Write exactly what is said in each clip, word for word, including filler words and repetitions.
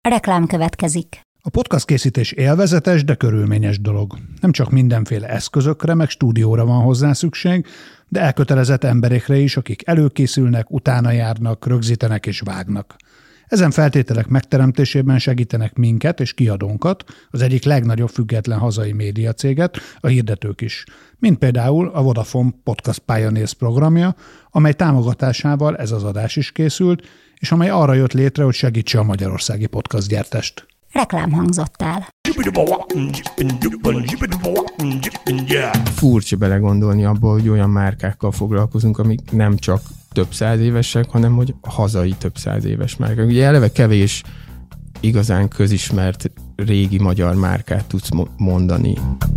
Reklám következik. A podcast készítés élvezetes, de körülményes dolog. Nem csak mindenféle eszközökre, meg stúdióra van hozzá szükség, de elkötelezett emberekre is, akik előkészülnek, utána járnak, rögzítenek és vágnak. Ezen feltételek megteremtésében segítenek minket és kiadónkat, az egyik legnagyobb független hazai médiacéget, a hirdetők is, mint például a Vodafone Podcast Pioneers programja, amely támogatásával ez az adás is készült, és amely arra jött létre, hogy segítse a magyarországi podcastgyártást. Reklám hangzott el. Furcsa belegondolni abba, hogy olyan márkákkal foglalkozunk, amik nem csak több száz évesek, hanem hogy hazai több száz éves márkák. Ugye eleve kevés igazán közismert régi magyar márkát tudsz mondani.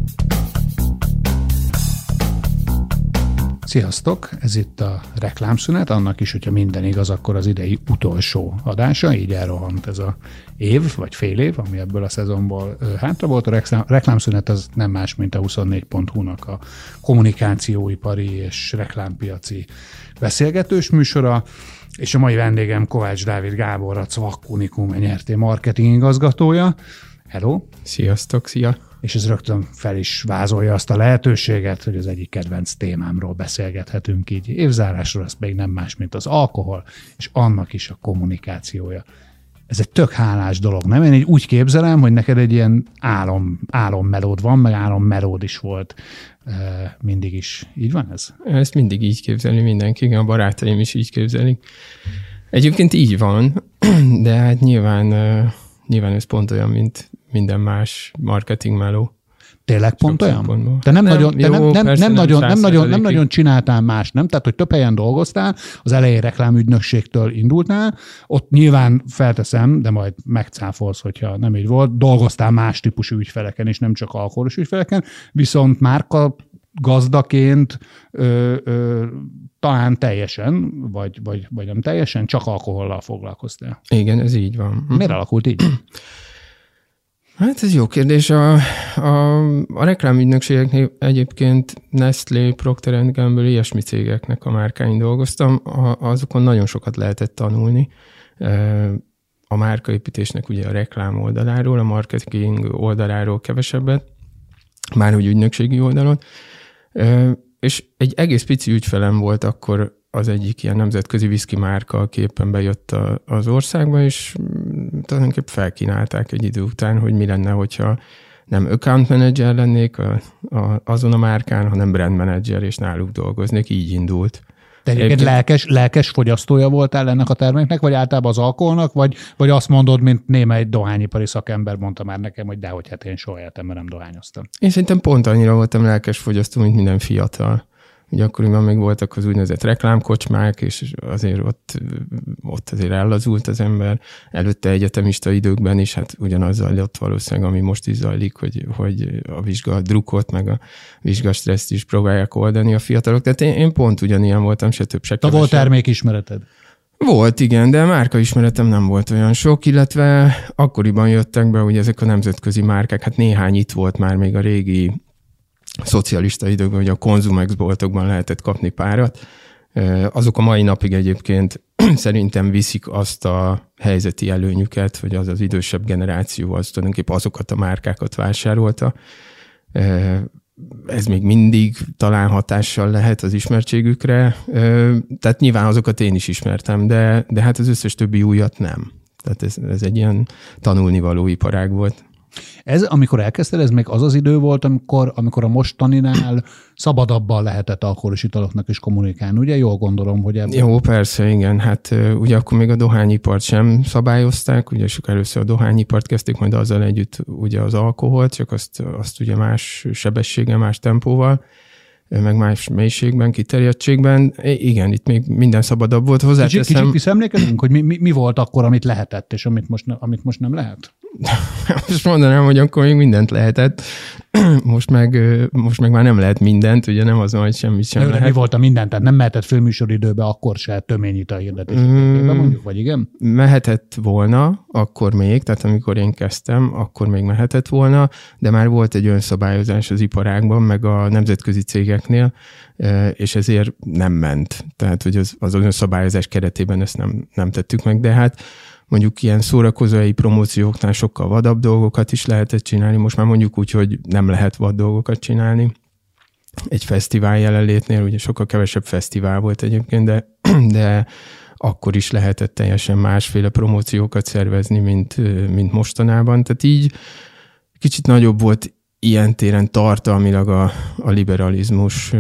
Sziasztok! Ez itt a reklámszünet, annak is, hogyha minden igaz, akkor az idei utolsó adása, így elrohant ez a év, vagy fél év, ami ebből a szezonból hátra volt. A reklámszünet az nem más, mint a huszonnégy pont hu-nak a kommunikációipari és reklámpiaci beszélgetős műsora, és a mai vendégem Kovács Dávid Gábor, a Cvak Unikum en er té marketing igazgatója. Hello! Sziasztok, szia! És ez rögtön fel is vázolja azt a lehetőséget, hogy az egyik kedvenc témámról beszélgethetünk így. Évzárásról az még nem más, mint az alkohol, és annak is a kommunikációja. Ez egy tök hálás dolog, nem? Én így úgy képzelem, hogy neked egy ilyen álom, álommelód van, meg álommelód is volt e, mindig is. Így van ez? Ezt mindig így képzeli mindenki, a barátaim is így képzelik. Egyébként így van, de hát nyilván, nyilván ez pont olyan, mint minden más marketing meló. Tényleg pont Sok olyan? Te nem, nem, nagyon, te jó, nem, nem, nem, nagyon, nem, nagyon, nem nagyon csináltál más, nem? Tehát, hogy több helyen dolgoztál, az elején reklámügynökségtől indultál, ott nyilván felteszem, de majd megcáfolsz, hogyha nem így volt, dolgoztál más típusú ügyfeleken, és nem csak alkoholos ügyfeleken, viszont márka gazdaként ö, ö, talán teljesen, vagy, vagy, vagy nem teljesen, csak alkohollal foglalkoztál. Igen, ez így van. Miért alakult így? Hát ez jó kérdés. A, a, a reklámügynökségeknél egyébként Nestlé, Procter and Gamble, ilyesmi cégeknek a márkáin dolgoztam, a, azokon nagyon sokat lehetett tanulni. A márkaépítésnek ugye a reklám oldaláról, a marketing oldaláról kevesebbet, már úgy ügynökségi oldalon. És egy egész pici ügyfelem volt akkor az egyik ilyen nemzetközi viszki márka, aki éppen bejött a, az országba, és tulajdonképpen felkínálták egy idő után, hogy mi lenne, hogyha nem account manager lennék a, a, azon a márkán, hanem brand manager, és náluk dolgoznék. Így indult. De egyébként lelkes, lelkes fogyasztója voltál ennek a terméknek, vagy általában az alkoholnak, vagy, vagy azt mondod, mint némely egy dohányipari szakember mondta már nekem, hogy dehogy, hát én soha életemben nem dohányoztam. Én szerintem pont annyira voltam lelkes fogyasztó, mint minden fiatal. Ugye akkoriban még voltak az úgynevezett reklámkocsmák, és azért ott, ott azért ellazult az ember. Előtte egyetemista időkben is, hát ugyanaz zajlott valószínűleg, ami most is zajlik, hogy, hogy a vizsgadrukkot, meg a vizsgastresszt is próbálják oldani a fiatalok. Tehát én, én pont ugyanilyen voltam, se több, se kevesebb. Volt termékismereted? Volt, igen, de márkaismeretem nem volt olyan sok, illetve akkoriban jöttek be, hogy ezek a nemzetközi márkák, hát néhány itt volt már még a régi szocialista időkben, hogy a Konzumex boltokban lehetett kapni párat. Azok a mai napig egyébként szerintem viszik azt a helyzeti előnyüket, hogy az az idősebb generáció az tulajdonképpen azokat a márkákat vásárolta. Ez még mindig talán hatással lehet az ismertségükre. Tehát nyilván azokat én is ismertem, de, de hát az összes többi újat nem. Tehát ez, ez egy ilyen tanulnivaló iparág volt. Ez, amikor elkezdted, ez még az az idő volt, amikor, amikor a mostaninál szabadabban lehetett alkoholos italoknak is kommunikálni, ugye? Jól gondolom, hogy ebben... Jó, persze, igen. Hát ugye akkor még a dohányipart sem szabályozták, ugye sok először a dohányipart kezdték, majd azzal együtt ugye az alkoholt, csak azt, azt ugye más sebességgel, más tempóval, meg más mélységben, kiterjedtségben. Igen, itt még minden szabadabb volt. Hozzáteszem... Kicsit, kicsit visszaemlékezünk, hogy mi, mi, mi volt akkor, amit lehetett, és amit most, ne, amit most nem lehet? Most mondanám, hogy akkor még mindent lehetett. Most meg, most meg már nem lehet mindent, ugye nem az, hogy semmit sem de lehet. Mi volt a mindent? Tehát nem mehetett főműsoridőbe akkor se töményít a hirdetés. Mm, mondjuk, vagy igen? Mehetett volna, akkor még, tehát amikor én kezdtem, akkor még mehetett volna, de már volt egy önszabályozás az iparágban, meg a nemzetközi cégeknél, és ezért nem ment. Tehát, hogy az, az önszabályozás keretében ezt nem, nem tettük meg, de hát mondjuk ilyen szórakozói promócióknál sokkal vadabb dolgokat is lehetett csinálni. Most már mondjuk úgy, hogy nem lehet vad dolgokat csinálni. Egy fesztivál jelenlétnél, ugye sokkal kevesebb fesztivál volt egyébként, de, de akkor is lehetett teljesen másféle promóciókat szervezni, mint, mint mostanában. Tehát így kicsit nagyobb volt ilyen téren tartalmilag a, a liberalizmus.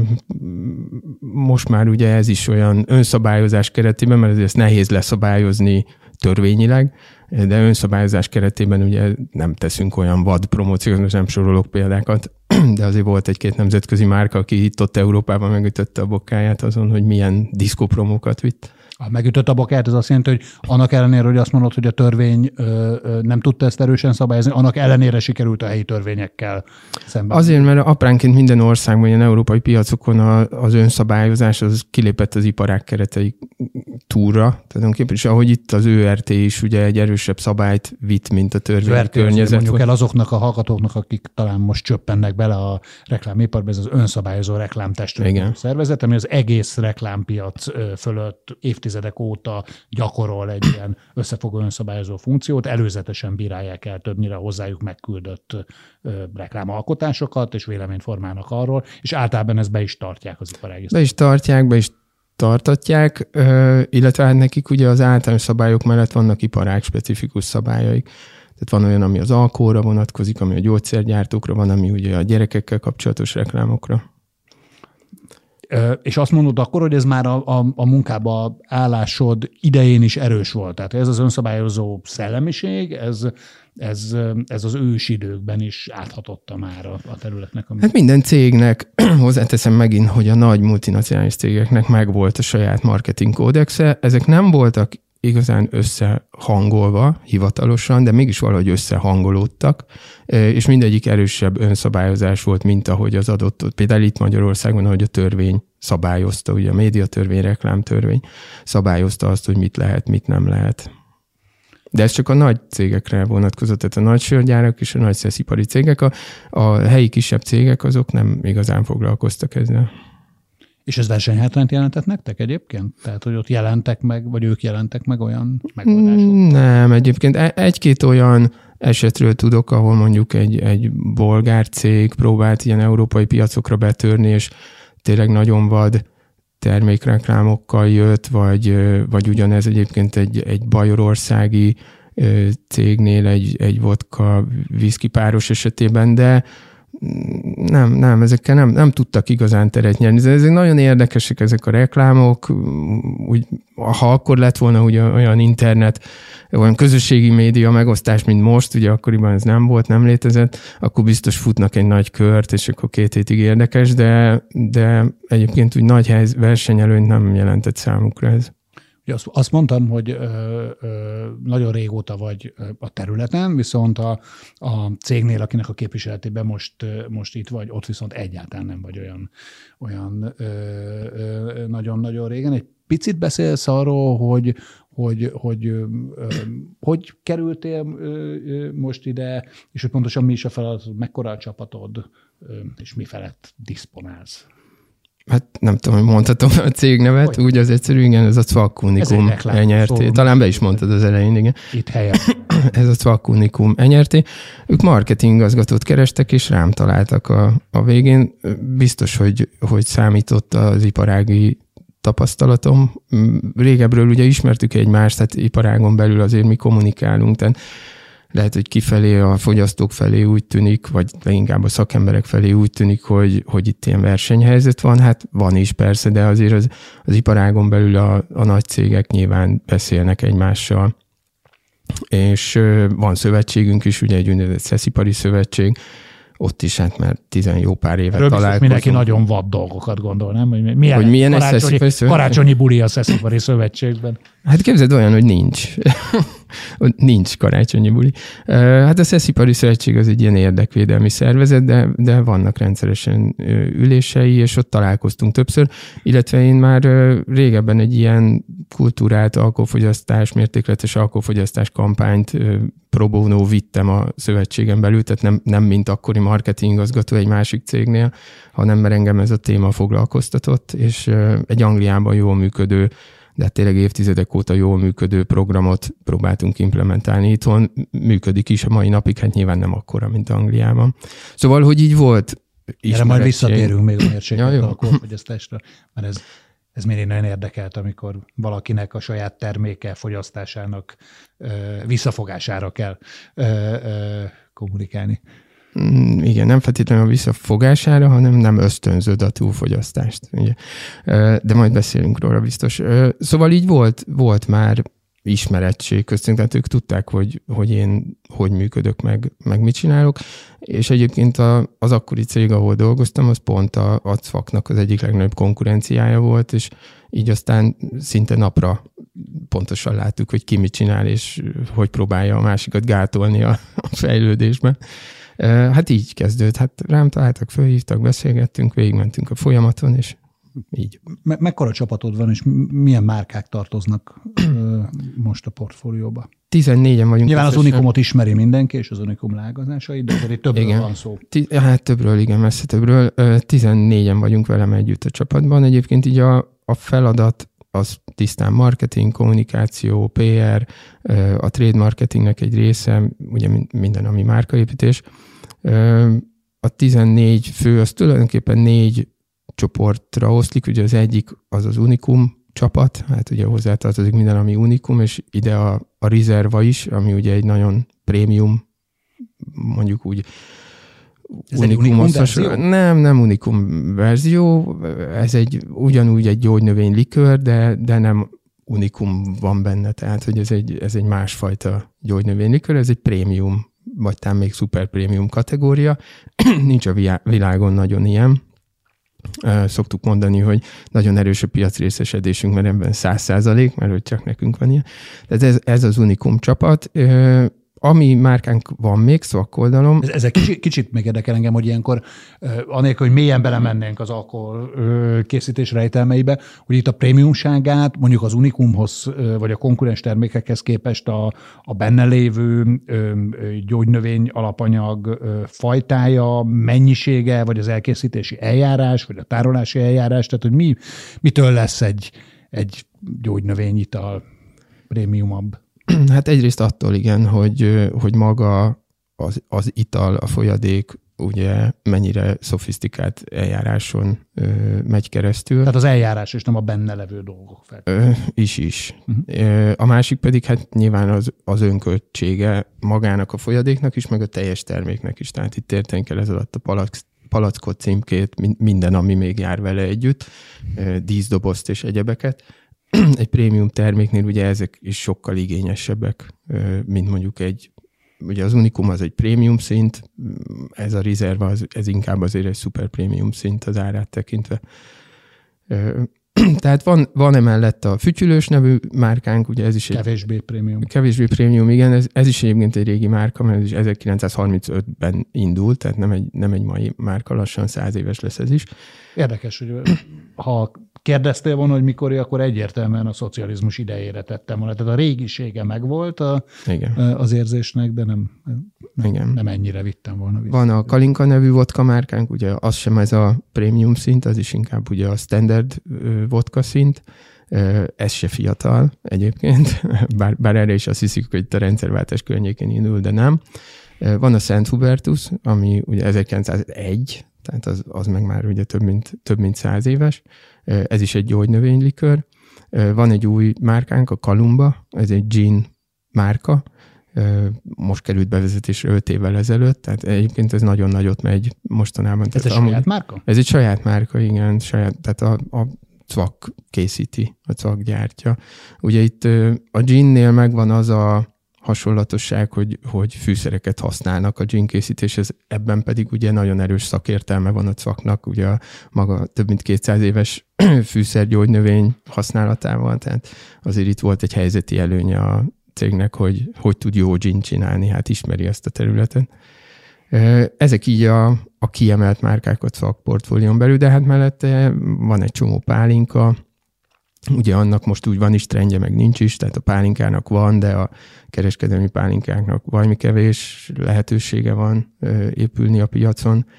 Most már ugye ez is olyan önszabályozás keretében, mert ezt nehéz leszabályozni törvényileg, de önszabályozás keretében ugye nem teszünk olyan vad promóciókat, most nem sorolok példákat, de azért volt egy-két nemzetközi márka, aki itt ott Európában megütötte a bokáját azon, hogy milyen diszkópromókat vitt. A megütött a bokáját, ez azt jelenti, hogy annak ellenére, hogy azt mondod, hogy a törvény ö, ö, nem tudta ezt erősen szabályozni, annak ellenére sikerült a helyi törvényekkel szemben. Azért, mert apránként minden országban, ilyen európai piacokon az önszabályozás az kilépett az iparág keretei túlra. Tulajdonképpen is, ahogy itt az ö er té is ugye egy erősebb szabályt vitt, mint a törvény környezet. Mondjuk el azoknak a hallgatóknak, akik talán most csöppennek bele a reklámiparba, ez az önszabályozó reklámtestület szervezet, ami az egész reklámpiac fölött évtizedek óta gyakorol egy ilyen összefogó önszabályozó funkciót, előzetesen bírálják el többnyire hozzájuk megküldött reklámalkotásokat, és véleményt formálnak arról, és általában ezt be is tartják az iparági. Be is tartják, be is tartatják, illetve hát nekik ugye az általános szabályok mellett vannak iparág specifikus szabályaik. Tehát van olyan, ami az alkoholra vonatkozik, ami a gyógyszergyártókra van, ami ugye a gyerekekkel kapcsolatos reklámokra. És azt mondod akkor, hogy ez már a, a, a munkába állásod idején is erős volt. Tehát ez az önszabályozó szellemiség, ez, ez, ez az ős időkben is áthatotta már a, a területnek. Ami... Hát minden cégnek, hozzáteszem megint, hogy a nagy multinacionális cégeknek megvolt a saját marketing kódexe. Ezek nem voltak igazán összehangolva hivatalosan, de mégis valahogy összehangolódtak, és mindegyik erősebb önszabályozás volt, mint ahogy az adott, például itt Magyarországon, ahogy a törvény szabályozta, ugye a médiatörvény, reklámtörvény szabályozta azt, hogy mit lehet, mit nem lehet. De ez csak a nagy cégekre vonatkozott, tehát a nagy sörgyárak és a nagy szeszipari cégek, a, a helyi kisebb cégek azok nem igazán foglalkoztak ezzel. És ez versenyhátrányt jelentett nektek egyébként? Tehát, hogy ott jelentek meg, vagy ők jelentek meg olyan megoldások? Nem, egyébként egy-két olyan esetről tudok, ahol mondjuk egy, egy bolgár cég próbált ilyen európai piacokra betörni, és tényleg nagyon vad termékreklámokkal jött, vagy, vagy ugyanez egyébként egy, egy bajorországi cégnél egy, egy vodka whisky páros esetében, de nem, nem, ezekkel nem, nem tudtak igazán teret nyerni. Ezek nagyon érdekesek ezek a reklámok. Úgy, ha akkor lett volna ugye olyan internet, olyan közösségi média megosztás, mint most, ugye akkoriban ez nem volt, nem létezett, akkor biztos futnak egy nagy kört, és akkor két hétig érdekes, de, de egyébként úgy nagy helyz, versenyelőnyt nem jelentett számukra ez. Azt, azt mondtam, hogy ö, ö, nagyon régóta vagy a területen, viszont a, a cégnél, akinek a képviseletében most, most itt vagy, ott viszont egyáltalán nem vagy olyan, olyan ö, ö, nagyon-nagyon régen. Egy picit beszélsz arról, hogy hogy hogy, ö, hogy kerültél ö, ö, most ide, és hogy pontosan mi is a feladatod, mekkora a csapatod, ö, és mi felett diszponálsz? Hát nem tudom, hogy mondhatom a cégnevet, hogy? Úgy az egyszerű, igen, ez a Cvak-Unikum Enyerté. Szóval talán be is mondtad az elején, igen. Itt helyen. Ez a Cvak-Unikum Enyerté. Ők marketingigazgatót kerestek, és rám találtak a, a végén. Biztos, hogy, hogy számított az iparági tapasztalatom. Régebről ugye ismertük egymást, tehát iparágon belül azért mi kommunikálunk, tehát lehet, hogy kifelé a fogyasztók felé úgy tűnik, vagy inkább a szakemberek felé úgy tűnik, hogy, hogy itt ilyen versenyhelyzet van. Hát van is persze, de azért az, az iparágon belül a, a nagy cégek nyilván beszélnek egymással. És van szövetségünk is, ugye egy úgynevezett szeszipari szövetség, ott is hát már tizen jó pár éve Rövid, találkozunk. Mindenki nagyon vad dolgokat gondol, nem? Hogy milyen, hogy milyen karácsonyi, karácsonyi buli a szeszipari szövetségben. Hát képzeld olyan, hogy nincs. nincs karácsonyi buli. Hát a Szeszipari Szövetség az egy ilyen érdekvédelmi szervezet, de, de vannak rendszeresen ülései, és ott találkoztunk többször, illetve én már régebben egy ilyen kultúrált alkoholfogyasztás, mértékletes alkoholfogyasztás kampányt pro bono vittem a szövetségen belül, tehát nem, nem mint akkori marketingigazgató egy másik cégnél, hanem mert engem ez a téma foglalkoztatott, és egy Angliában jól működő de hát tényleg évtizedek óta jól működő programot próbáltunk implementálni itthon. Működik is a mai napig, hát nyilván nem akkora, mint Angliában. Szóval, hogy így volt ismerettség. Erre majd visszatérünk még a mérséklettel ja, a korfogyasztásra, mert ez, ez miért nagyon érdekelt, amikor valakinek a saját terméke fogyasztásának ö, visszafogására kell ö, ö, kommunikálni. Igen, nem feltétlenül a visszafogására, hanem nem ösztönzöd a túlfogyasztást. Ugye. De majd beszélünk róla biztos. Szóval így volt, volt már ismerettség köztünk, tehát ők tudták, hogy, hogy én hogy működök, meg, meg mit csinálok, és egyébként a, az akkori cég, ahol dolgoztam, az pont a acfaknak az egyik legnagyobb konkurenciája volt, és így aztán szinte napra pontosan láttuk, hogy ki mit csinál, és hogy próbálja a másikat gátolni a, a fejlődésben. Hát így kezdődött. Hát rám találtak, fölhívtak, beszélgettünk, végigmentünk a folyamaton, és így. Me- mekkora csapatod van, és milyen márkák tartoznak most a portfólióba? tizennégyen vagyunk. Nyilván összesen. Az Unicumot ismeri mindenki, és az Unicum lágazásait, de azért többről igen. van szó. Ti- hát többről, igen, messze többről. tizennégyen vagyunk velem együtt a csapatban. Egyébként így a, a feladat az tisztán marketing, kommunikáció, pé er, a trade marketingnek egy része, ugye minden, ami márkaépítés. A tizennégy fő, az tulajdonképpen négy csoportra oszlik, ugye az egyik az az Unicum csapat, hát ugye hozzátartozik minden, ami Unicum, és ide a, a Reserva is, ami ugye egy nagyon prémium, mondjuk úgy, ez Unicum, egy Unicum verzió? Nem, nem Unicum verzió, ez egy ugyanúgy egy gyógynövény likőr, de, de nem Unicum van benne, tehát hogy ez egy, ez egy másfajta gyógynövény likőr, ez egy prémium, vagy talán még szuper prémium kategória. Nincs a világon nagyon ilyen. Szoktuk mondani, hogy nagyon erős a piacrészesedésünk, mert ebben száz százalék, mert hogy csak nekünk van ilyen. Tehát ez, ez az Unicum csapat. Ami márkánk van még, Szvak oldalon. Ez, ez egy kicsit, kicsit még érdekel engem, hogy ilyenkor, anélkül, hogy mélyen belemennénk az alkohol készítés rejtelmeibe, hogy itt a prémiumságát mondjuk az Unicumhoz, vagy a konkurens termékekhez képest a, a benne lévő gyógynövény alapanyag fajtája, mennyisége, vagy az elkészítési eljárás, vagy a tárolási eljárás, tehát hogy mi, mitől lesz egy, egy gyógynövényital prémiumabb? Hát egyrészt attól igen, hogy, hogy maga az, az ital, a folyadék ugye mennyire szofisztikált eljáráson ö, megy keresztül. Tehát az eljárás és nem a benne levő dolgok fel. Ö, is is. Uh-huh. A másik pedig hát nyilván az, az önköltsége magának a folyadéknak is, meg a teljes terméknek is. Tehát itt érteni kell ez alatt a palack, palackot, címkét, minden, ami még jár vele együtt, díszdobozt és egyebeket. Egy prémium terméknél ugye ezek is sokkal igényesebbek, mint mondjuk egy, ugye az Unicum az egy prémium szint, ez a Reserva, az, ez inkább azért egy szuper prémium szint az árát tekintve. Tehát van, van emellett a Fütyülős nevű márkánk, ugye ez is egy... Kevésbé prémium. Kevésbé prémium, igen, ez, ez is egyébként egy régi márka, mert ez is ezerkilencszázharmincötben indult, tehát nem egy, nem egy mai márka, lassan száz éves lesz ez is. Érdekes, hogy ha kérdeztél volna, hogy mikor, akkor egyértelműen a szocializmus idejére tettem volna. Tehát a régisége megvolt a, az érzésnek, de nem, nem, nem ennyire vittem volna vissza. Van a Kalinka nevű vodka márkánk, ugye az sem ez a prémium szint, az is inkább ugye a standard vodka szint. Ez se fiatal egyébként, bár, bár erre is azt hiszik, hogy itt a rendszerváltás környékén indul, de nem. Van a Szent Hubertus, ami ugye ezerkilencszázegy, tehát az, az meg már ugye több mint, több mint száz éves. Ez is egy gyógynövénylikőr. Van egy új márkánk, a Kalumba, ez egy gin márka. Most került bevezetésre öt évvel ezelőtt, tehát egyébként ez nagyon nagyot megy mostanában. Ez egy saját márka? Ez egy saját márka, igen. Saját, tehát a, a Cvak készíti, a Cvak gyártja. Ugye itt a ginnél megvan az a hasonlatosság, hogy, hogy fűszereket használnak a gin készítéshez, ebben pedig ugye nagyon erős szakértelme van a Cvaknak, ugye a maga több mint kétszáz éves fűszergyógynövény használatával, tehát azért itt volt egy helyzeti előnye a cégnek, hogy hogy tud jó gin csinálni, hát ismeri ezt a területet. Ezek így a, a kiemelt márkák a Cvak portfólión belül, de hát mellette van egy csomó pálinka, ugye annak most úgy van is trendje, meg nincs is, tehát a pálinkának van, de a kereskedelmi pálinkáknak valami kevés lehetősége van épülni a piacon.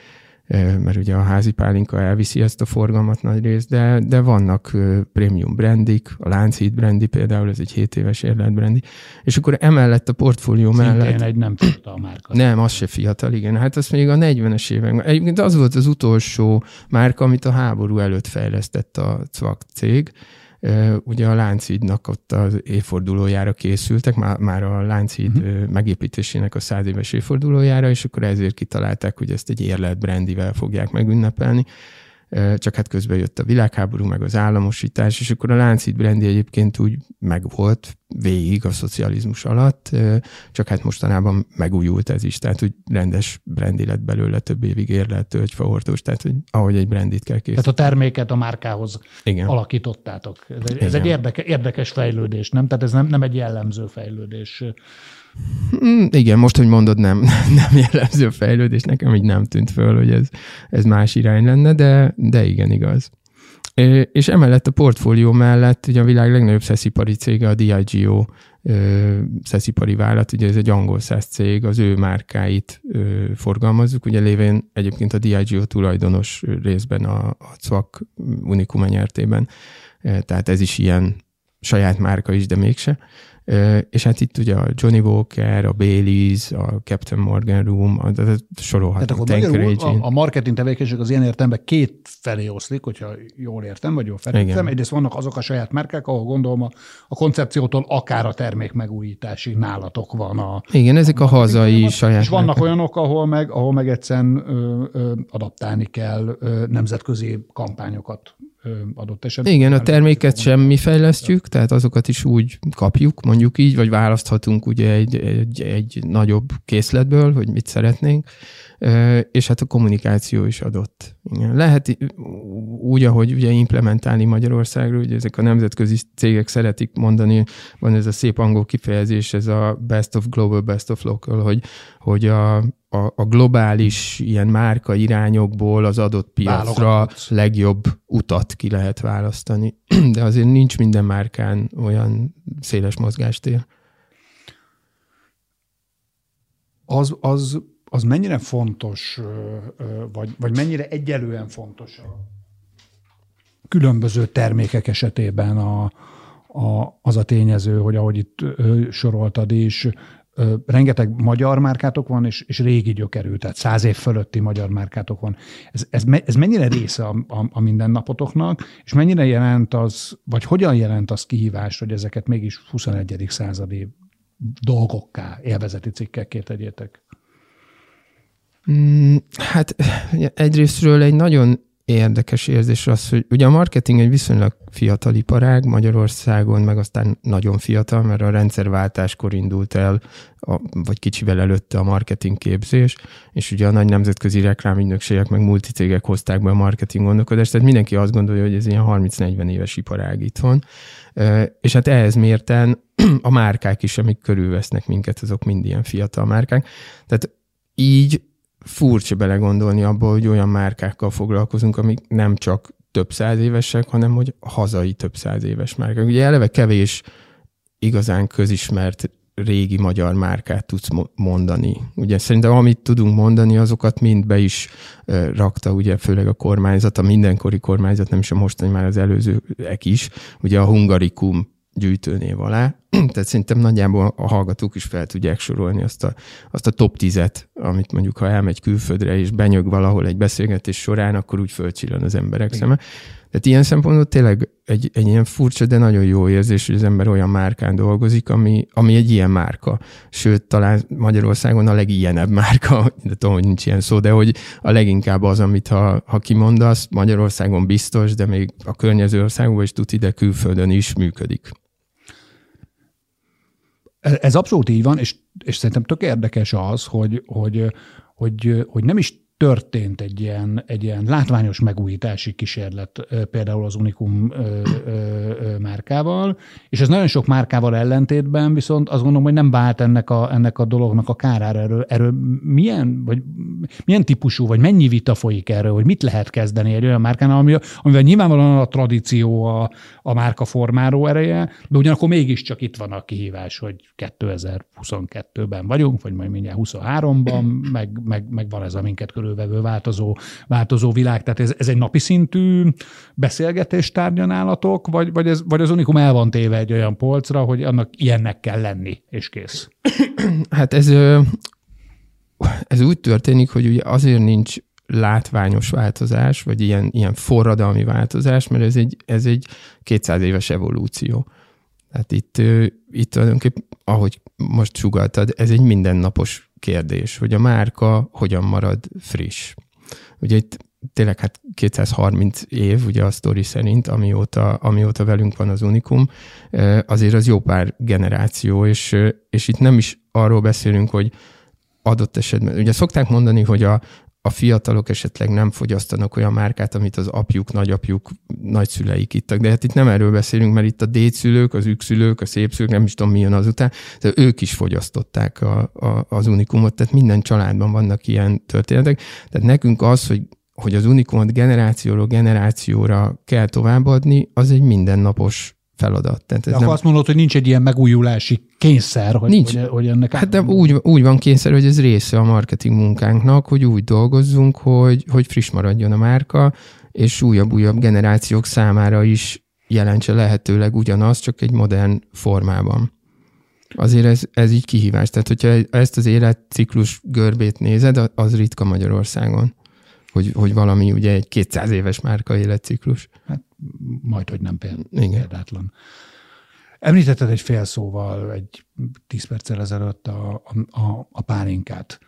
mert ugye a házi pálinka elviszi ezt a forgalmat nagy részt, de, de vannak prémium brandik, a Lánchíd brandi például, ez egy hét éves érlelt brandi, és akkor emellett a portfólió mellett... Szintén egy nem fiatal márka. Nem, az se fiatal, igen. Hát az még a negyvenes években. Egyébként az volt az utolsó márka, amit a háború előtt fejlesztett a cvak cég. Ugye a Lánchídnak ott az évfordulójára készültek, már, már a Lánchíd uh-huh. megépítésének a száz éves évfordulójára, és akkor ezért kitalálták, hogy ezt egy érlelt brandivel fogják megünnepelni. Csak hát közben jött a világháború, meg az államosítás, és akkor a Lánchíd brandi egyébként úgy megvolt végig a szocializmus alatt, csak hát mostanában megújult ez is, tehát úgy rendes brandi lett belőle, több évig érlelt tölgyfahordós, tehát hogy ahogy egy brandit kell készíteni. Tehát a terméket a márkához Igen. alakítottátok. Ez egy, ez egy érdeke, érdekes fejlődés, nem? Tehát ez nem, nem egy jellemző fejlődés. Igen, most, hogy mondod, nem, nem jellemző fejlődés, nekem így nem tűnt föl, hogy ez, ez más irány lenne, de, de igen, igaz. És emellett a portfólió mellett ugye a világ legnagyobb szeszipari cége, a Diageo szeszipari vállalat, ugye ez egy angol száz cég, az ő márkáit forgalmazzuk, ugye lévén egyébként a Diageo tulajdonos részben a, a cvak Unicum nyertében, tehát ez is ilyen saját márka is, de mégse. És hát itt ugye a Johnny Walker, a Baileys, a Captain Morgan Room, a, a sorolhatunk. Tehát akkor magyarul a, a marketing tevékenység az ilyen értelemben két felé oszlik, hogyha jól értem, vagy jól felértem. Egyrészt vannak azok a saját márkák, ahol gondolom a, a koncepciótól akár a termék megújításig nálatok van. A, Igen, ezek a, a hazai van, saját És vannak márkák. Olyanok, ahol meg, ahol meg egyszerűen ö, ö, adaptálni kell ö, nemzetközi kampányokat adott esetben. Igen, a terméket sem mi fejlesztjük, tehát azokat is úgy kapjuk, mondjuk így, vagy választhatunk ugye egy, egy, egy nagyobb készletből, hogy mit szeretnénk, és hát a kommunikáció is adott. Igen. Lehet úgy, ahogy ugye implementálni Magyarországról, ugye ezek a nemzetközi cégek szeretik mondani, van ez a szép angol kifejezés, ez a best of global, best of local, hogy, hogy a, a, a globális ilyen márka irányokból az adott piacra Válogatsz. legjobb utat ki lehet választani. De azért nincs minden márkán olyan széles mozgástér. Az, az az mennyire fontos, vagy, vagy mennyire egyelően fontos a különböző termékek esetében a, a, az a tényező, hogy ahogy itt soroltad is, rengeteg magyar márkátok van, és, és régi gyökerű, tehát száz év fölötti magyar márkátok van. Ez, ez, ez mennyire része a, a, a mindennapotoknak, és mennyire jelent az, vagy hogyan jelent az kihívást, hogy ezeket mégis huszonegyedik századi dolgokká, élvezeti cikkekké tegyétek? Hát egyrésztről egy nagyon érdekes érzés az, hogy ugye a marketing egy viszonylag fiatal iparág Magyarországon, meg aztán nagyon fiatal, mert a rendszerváltáskor indult el, a, vagy kicsivel előtte a marketing képzés, és ugye a nagy nemzetközi reklámügynökségek, meg multicégek hozták be a marketing gondolkodást, tehát mindenki azt gondolja, hogy ez ilyen harminc-negyven éves iparág itthon, és hát ehhez mérten a márkák is, amik körülvesznek minket, azok mind ilyen fiatal márkák. Tehát így furcsa belegondolni abba, hogy olyan márkákkal foglalkozunk, amik nem csak több száz évesek, hanem hogy hazai több száz éves márkák. Ugye eleve kevés igazán közismert régi magyar márkát tudsz mondani. Ugye szerintem amit tudunk mondani, azokat mind be is uh, rakta, ugye főleg a kormányzat, a mindenkori kormányzat, nem is a mostani, már az előzőek is, ugye a Hungarikum gyűjtőnév alá. Tehát szerintem nagyjából a hallgatók is fel tudják sorolni azt a, azt a top tízet, amit mondjuk, ha elmegy külföldre és benyög valahol egy beszélgetés során, akkor úgy fölcsillan az emberek szeme. Tehát ilyen szempontból tényleg egy, egy ilyen furcsa, de nagyon jó érzés, hogy az ember olyan márkán dolgozik, ami, ami egy ilyen márka. Sőt, talán Magyarországon a legilyenebb márka, de tudom, hogy nincs ilyen szó, de hogy a leginkább az, amit ha, ha kimondasz, Magyarországon biztos, de még a környező országokban is tud ide külföldön is működik. Ez abszolút így van, és, és szerintem tök érdekes az, hogy, hogy, hogy, hogy nem is történt egy ilyen, egy ilyen látványos megújítási kísérlet például az Unicum márkával, és ez nagyon sok márkával ellentétben viszont azt gondolom, hogy nem vált ennek a, ennek a dolognak a kárára. Erről, erről milyen, vagy milyen típusú, vagy mennyi vita folyik erről, hogy mit lehet kezdeni egy olyan márkánál, ami, amivel nyilvánvalóan a tradíció a, a márka formáló ereje, de ugyanakkor mégiscsak itt van a kihívás, hogy kétezer-huszonkettőben vagyunk, vagy majd mindjárt huszonháromban, meg, meg, meg van ez a minket körül felülvevő, változó, változó világ. Tehát ez, ez egy napi szintű beszélgetés tárgya nálatok, vagy, vagy, ez, vagy az Unicum el van téve egy olyan polcra, hogy annak ilyennek kell lenni, és kész? Hát ez, ez úgy történik, hogy ugye azért nincs látványos változás, vagy ilyen, ilyen forradalmi változás, mert ez egy, ez egy kétszáz éves evolúció. Tehát itt, itt tulajdonképpen, ahogy most sugalltad, ez egy mindennapos kérdés, hogy a márka hogyan marad friss. Ugye itt tényleg hát kétszázharminc év, ugye a sztori szerint, amióta, amióta velünk van az Unicum, azért az jó pár generáció, és, és itt nem is arról beszélünk, hogy adott esetben, ugye szokták mondani, hogy a, a fiatalok esetleg nem fogyasztanak olyan márkát, amit az apjuk, nagyapjuk, nagyszüleik ittak. De hát itt nem erről beszélünk, mert itt a dédszülők, az ükszülők, a szépszülők, nem is tudom mi jön azután, de ők is fogyasztották a, a, az Unicumot, tehát minden családban vannak ilyen történetek. Tehát nekünk az, hogy, hogy az Unicumot generációról generációra kell továbbadni, az egy mindennapos feladat. Tehát ez de nem... azt mondod, hogy nincs egy ilyen megújulási kényszer, hogy, nincs. hogy, hogy ennek... Hát de úgy, úgy van kényszer, hogy ez része a marketing munkánknak, hogy úgy dolgozzunk, hogy, hogy friss maradjon a márka, és újabb-újabb generációk számára is jelentse lehetőleg ugyanaz, csak egy modern formában. Azért ez, ez így kihívás. Tehát, hogyha ezt az életciklus görbét nézed, az ritka Magyarországon, hogy, hogy valami ugye egy kétszáz éves márka életciklus. Hát majd, hogy nem példátlan. Említetted egy fél szóval, egy tíz perccel ezelőtt a, a, a pálinkát.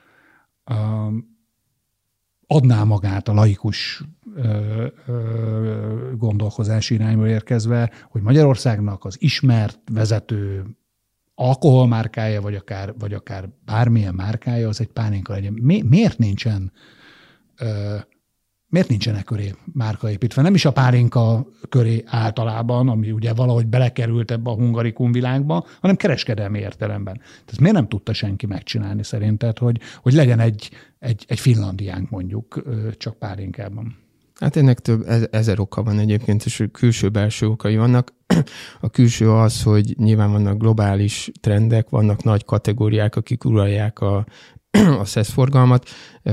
Adná magát a laikus ö, ö, gondolkozási irányba érkezve, hogy Magyarországnak az ismert vezető alkoholmárkája, vagy akár, vagy akár bármilyen márkája, az egy pálinka legyen. Mi, miért nincsen ö, Miért nincsenek köré márka építve? Nem is a pálinka köré általában, ami ugye valahogy belekerült ebbe a hungarikum világba, hanem kereskedelmi értelemben. Tehát miért nem tudta senki megcsinálni szerinted, hogy, hogy legyen egy, egy, egy Finlandiánk mondjuk csak pálinkában? Hát ennek több ezer oka van egyébként, és külső-belső okai vannak. A külső az, hogy nyilván vannak globális trendek, vannak nagy kategóriák, akik uralják a, a szeszforgalmat.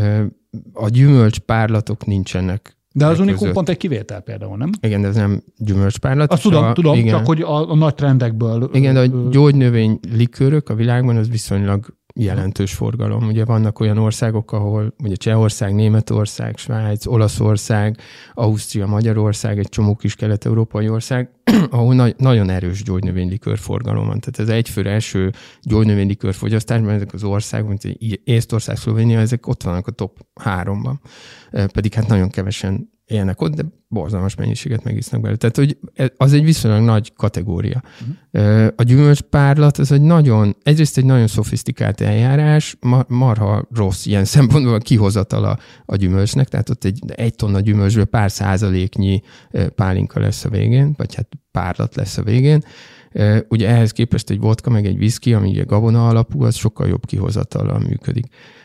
A gyümölcspárlatok nincsenek. De az Unicum pont egy kivétel például, nem? Igen, de ez nem gyümölcspárlat. Azt tudom, a, tudom igen. csak hogy a, a nagy trendekből... Igen, de a gyógynövény likőrök a világban az viszonylag jelentős forgalom. Ugye vannak olyan országok, ahol ugye Csehország, Németország, Svájc, Olaszország, Ausztria, Magyarország, egy csomó kis kelet-európai ország, ahol na- nagyon erős gyógynövénylikőr forgalom van. Tehát ez egyfőre eső gyógynövénylikőr fogyasztásban, ezek az országok, mint Észtország, Szlovénia, ezek ott vannak a top háromban. Pedig hát nagyon kevesen élnek ott, de borzalmas mennyiséget megisznak belőle. Tehát, hogy az egy viszonylag nagy kategória. Uh-huh. A gyümölcspárlat az egy nagyon, egyrészt egy nagyon szofisztikált eljárás, marha rossz ilyen szempontból a kihozatala a gyümölcsnek, tehát ott egy, egy tonna gyümölcsből pár százaléknyi pálinka lesz a végén, vagy hát párlat lesz a végén. Ugye ehhez képest egy vodka, meg egy whisky, ami ugye gabona alapú, az sokkal jobb kihozatallal működik.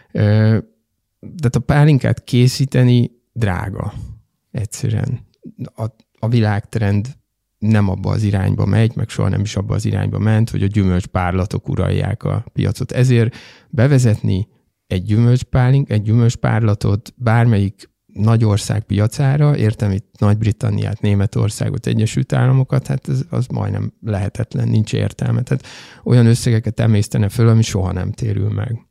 Tehát a pálinkát készíteni drága. Egyszerűen a, a világtrend nem abba az irányba megy, meg soha nem is abba az irányba ment, hogy a gyümölcspárlatok uralják a piacot. Ezért bevezetni egy gyümölcspálink, egy gyümölcspárlatot bármelyik nagy ország piacára, értem itt Nagy-Britanniát, Németországot, Egyesült Államokat, hát ez, az majdnem lehetetlen, nincs értelme. Tehát olyan összegeket emésztene föl, ami soha nem térül meg.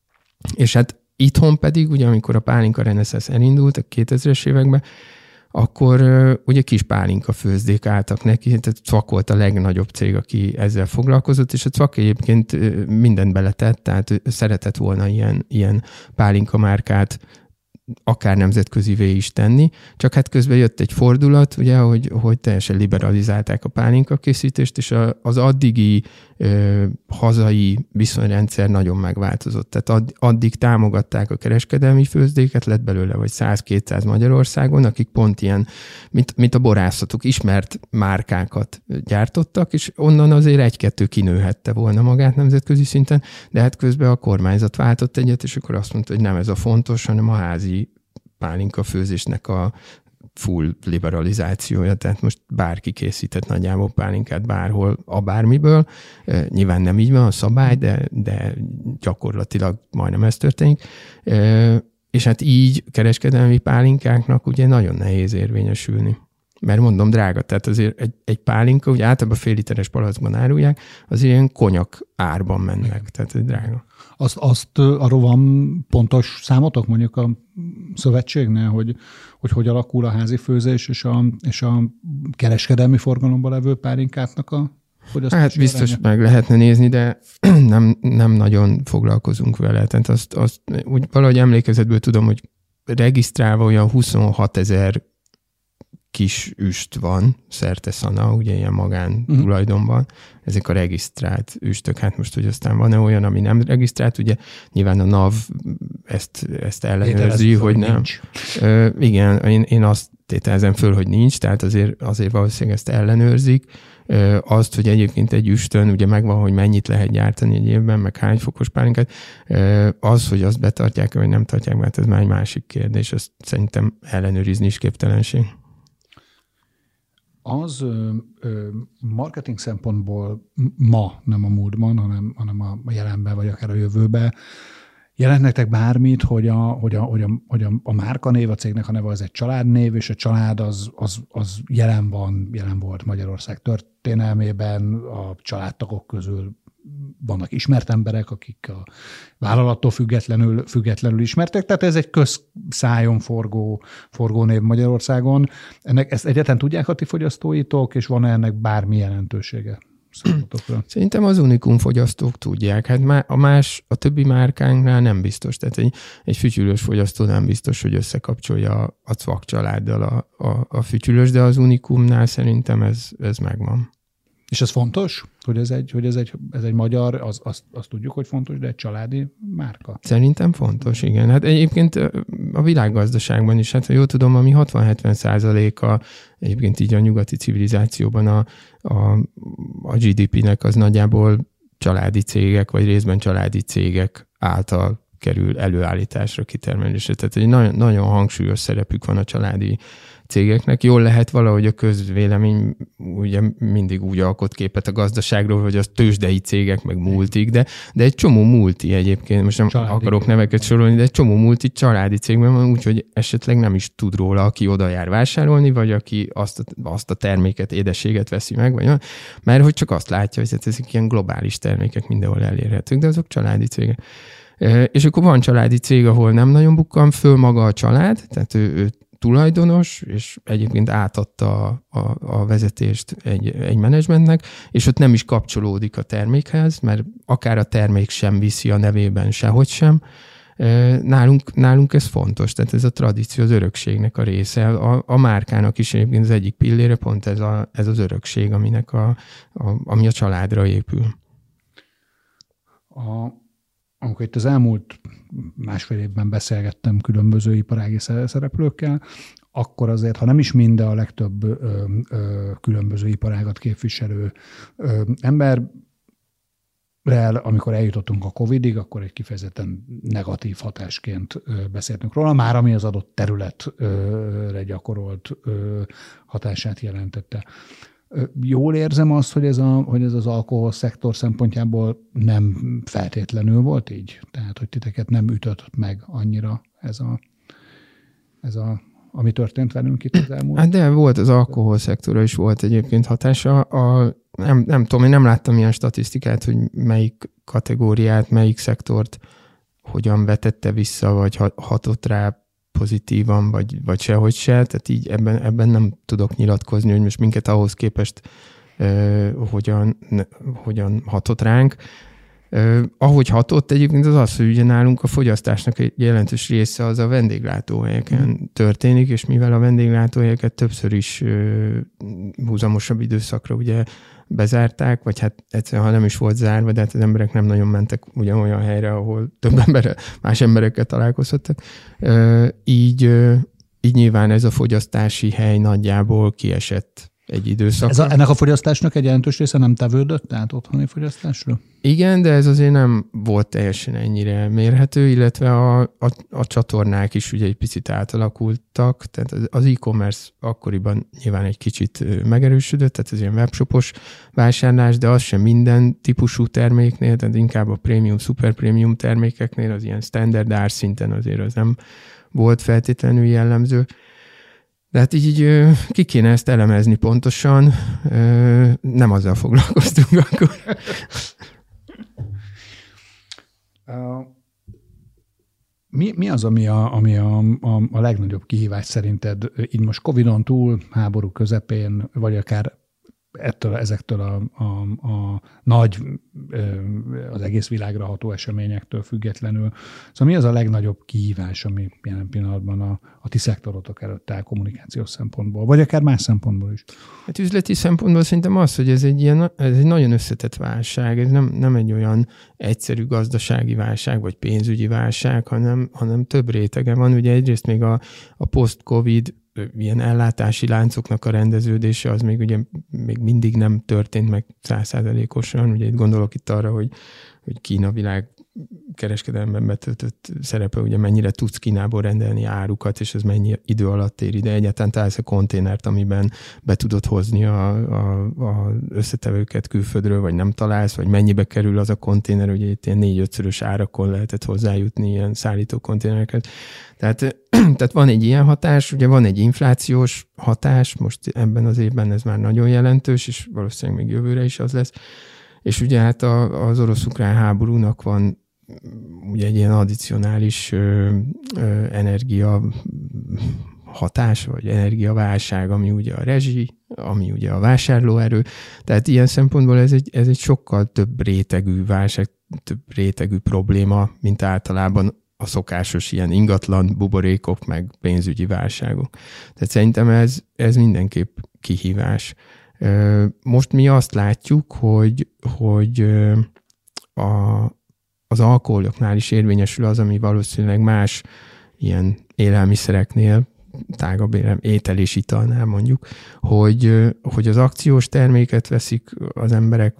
És hát itthon pedig, ugye amikor a pálinka reneszánsz elindult a kétezres években, akkor uh, ugye kis pálinka főzdék álltak neki, tehát Cvak volt a legnagyobb cég, aki ezzel foglalkozott, és a Cvak egyébként uh, mindent beletett, tehát szeretett volna ilyen, ilyen pálinka márkát akár nemzetközivé is tenni, csak hát közben jött egy fordulat, ugye, hogy, hogy teljesen liberalizálták a pálinka készítést, és a, az addigi ö, hazai viszonyrendszer nagyon megváltozott. Tehát add, addig támogatták a kereskedelmi főzdéket, lett belőle vagy száz-kétszáz Magyarországon, akik pont ilyen, mint, mint a borászatok, ismert márkákat gyártottak, és onnan azért egy-kettő kinőhette volna magát nemzetközi szinten, de hát közben a kormányzat váltott egyet, és akkor azt mondta, hogy nem ez a fontos, hanem a házi pálinka főzésnek a full liberalizációja, tehát most bárki készített nagyjából pálinkát bárhol, a bármiből. Nyilván nem így van a szabály, de, de gyakorlatilag majdnem ez történik. és hát így kereskedelmi pálinkáknak ugye nagyon nehéz érvényesülni. Mert mondom, drága, tehát azért egy, egy pálinka, ugye általában fél literes palackban árulják, az ilyen konyak árban mennek, tehát egy drága. Azt, azt arról van pontos számotok mondjuk a szövetségnél, hogy hogy, hogy alakul a házi főzés és a, és a kereskedelmi forgalomban levő pálinkáknak a fogyasztási Hát biztos aránya? meg lehetne nézni, de nem, nem nagyon foglalkozunk vele. Tehát azt, azt úgy valahogy emlékezetből tudom, hogy regisztrálva olyan huszonhat ezer kis üst van, szerte-szana, ugye ilyen magán uh-huh. tulajdonban. Ezek a regisztrált üstök. Hát most, hogy aztán van-e olyan, ami nem regisztrált, ugye nyilván a NAV ezt, ezt ellenőrzi, hogy nem. Ö, igen, én, én azt tételezem föl, hogy nincs, tehát azért, azért valószínűleg ezt ellenőrzik. Ö, azt, hogy egyébként egy üstön ugye megvan, hogy mennyit lehet gyártani egy évben, meg hány fokos pálinkát, ö, az, hogy azt betartják, vagy nem tartják, mert ez már egy másik kérdés. Ezt szerintem ellenőrizni is képtelenség. Az ö, ö, marketing szempontból ma, nem a múltban, hanem, hanem a jelenben, vagy akár a jövőben jelent nektek bármit, hogy a, hogy a, hogy a, hogy a, a márkanév, a cégnek a neve az egy családnév, és a család az, az, az jelen van, jelen volt Magyarország történelmében, a családtagok közül vannak ismert emberek, akik a vállalattól függetlenül, függetlenül ismertek, tehát ez egy közszájon forgó, forgó név Magyarországon. Ennek, ezt egyáltalán tudják a ti fogyasztóitok, és van-e ennek bármi jelentősége számotokra? Szerintem az unikum fogyasztók tudják. Hát a más, a többi márkánknál nem biztos. Tehát egy, egy fütyülős fogyasztó nem biztos, hogy összekapcsolja a Cvak családdal a, a, a fütyülős, de az unikumnál szerintem ez, ez megvan. És ez fontos, hogy ez egy, hogy ez egy, ez egy magyar, az, azt, azt tudjuk, hogy fontos, de egy családi márka? Szerintem fontos, igen. Hát egyébként a világgazdaságban is, hát ha jól tudom, ami hatvan-hetven százaléka egyébként így a nyugati civilizációban a, a, a gé dé pének az nagyjából családi cégek, vagy részben családi cégek által kerül előállításra, kitermelésre. Tehát egy nagyon, nagyon hangsúlyos szerepük van a családi cégeknek. Jól lehet valahogy a közvélemény ugye mindig úgy alkot képet a gazdaságról, hogy az tőzsdei cégek, meg multik, de, de egy csomó multi egyébként, most nem családi akarok neveket sorolni, de egy csomó multi családi cégben van, úgyhogy esetleg nem is tud róla, aki oda jár vásárolni, vagy aki azt a, azt a terméket, édességet veszi meg, vagy mert hogy csak azt látja, hogy ezek ilyen globális termékek mindenhol elérhetők, de azok családi cégek. És akkor van családi cég, ahol nem nagyon bukkan föl maga a család, tehát ő, ő tulajdonos, és egyébként átadta a, a, a vezetést egy, egy menedzsmentnek, és ott nem is kapcsolódik a termékhez, mert akár a termék sem viszi a nevében sehogy sem. Nálunk, nálunk ez fontos, tehát ez a tradíció, az örökségnek a része. A, a márkának is egyébként az egyik pillére pont ez, a, ez az örökség, aminek a, a, ami a családra épül. A Amikor itt az elmúlt másfél évben beszélgettem különböző iparági szereplőkkel, akkor azért, ha nem is minden, a legtöbb ö, ö, különböző iparágat képviselő ö, emberrel, amikor eljutottunk a Covidig, akkor egy kifejezetten negatív hatásként ö, beszéltünk róla, már ami az adott területre gyakorolt ö, hatását jelentette. Jól érzem azt, hogy ez, a, hogy ez az alkohol szektor szempontjából nem feltétlenül volt így? Tehát, hogy titeket nem ütött meg annyira ez a, ez a ami történt velünk itt az elmúlt? Hát de volt az alkohol szektorra is volt egyébként hatása. A, nem, nem tudom, én nem láttam ilyen statisztikát, hogy melyik kategóriát, melyik szektort hogyan vetette vissza, vagy hatott rá pozitívan, vagy, vagy sehogy se, tehát így ebben, ebben nem tudok nyilatkozni, hogy most minket ahhoz képest uh, hogyan, ne, hogyan hatott ránk. Uh, ahogy hatott egyébként az az, hogy ugye nálunk a fogyasztásnak egy jelentős része az a vendéglátóhelyeken mm. történik, és mivel a vendéglátóhelyeket többször is uh, húzamosabb időszakra ugye bezárták, vagy hát egyszerűen, ha nem is volt zárva, de hát az emberek nem nagyon mentek ugyanolyan helyre, ahol több ember, más emberekkel találkozhattak. Így, így nyilván ez a fogyasztási hely nagyjából kiesett egy időszakra. Ez a, ennek a fogyasztásnak egy jelentős része nem tevődött, tehát otthoni fogyasztásról? Igen, de ez azért nem volt teljesen ennyire mérhető, illetve a, a, a csatornák is ugye egy picit átalakultak, tehát az e-commerce akkoriban nyilván egy kicsit megerősödött, tehát ez ilyen webshopos vásárlás, de az sem minden típusú terméknél, tehát inkább a prémium, szuper prémium termékeknél, az ilyen standard árszinten azért az nem volt feltétlenül jellemző. De hát így, így ki kéne ezt elemezni pontosan, nem azzal foglalkoztunk akkor. Mi, mi az, ami, a, ami a, a, a legnagyobb kihívás szerinted, így most Covidon túl, háború közepén, vagy akár ettől, ezektől a, a, a nagy, az egész világra ható eseményektől függetlenül. Szóval mi az a legnagyobb kihívás, ami jelen pillanatban a, a ti szektorotok előtt áll kommunikációs szempontból, vagy akár más szempontból is? Hát üzleti szempontból szerintem az, hogy ez egy, ilyen, ez egy nagyon összetett válság, ez nem, nem egy olyan egyszerű gazdasági válság, vagy pénzügyi válság, hanem, hanem több rétege van. Ugye egyrészt még a, a post-covid ilyen ellátási láncoknak a rendeződése, az még ugye még mindig nem történt meg száz százalékosan. Ugye itt gondolok itt arra, hogy, hogy Kína világ kereskedelemben betöltött szerepe, ugye mennyire tudsz Kínából rendelni árukat, és ez mennyi idő alatt ér ide. Egyáltalán találsz a konténert, amiben be tudod hozni a, a, a összetevőket külföldről, vagy nem találsz, vagy mennyibe kerül az a konténer, ugye itt ilyen négy-ötszörös árakon lehetett hozzájutni ilyen szállító konténereket. Tehát, tehát van egy ilyen hatás, ugye van egy inflációs hatás, most ebben az évben ez már nagyon jelentős, és valószínűleg még jövőre is az lesz. És ugye hát a, az orosz-ukrán háborúnak van ugye egy ilyen addicionális ö, ö, energia hatás, vagy energiaválság, ami ugye a rezsi, ami ugye a vásárlóerő. Tehát ilyen szempontból ez egy, ez egy sokkal több rétegű válság, több rétegű probléma, mint általában a szokásos ilyen ingatlan buborékok, meg pénzügyi válságok. Tehát szerintem ez, ez mindenképp kihívás. Most mi azt látjuk, hogy, hogy a, az alkoholoknál is érvényesül az, ami valószínűleg más ilyen élelmiszereknél, tágabb élelem, étel és italnál mondjuk, hogy, hogy az akciós terméket veszik az emberek,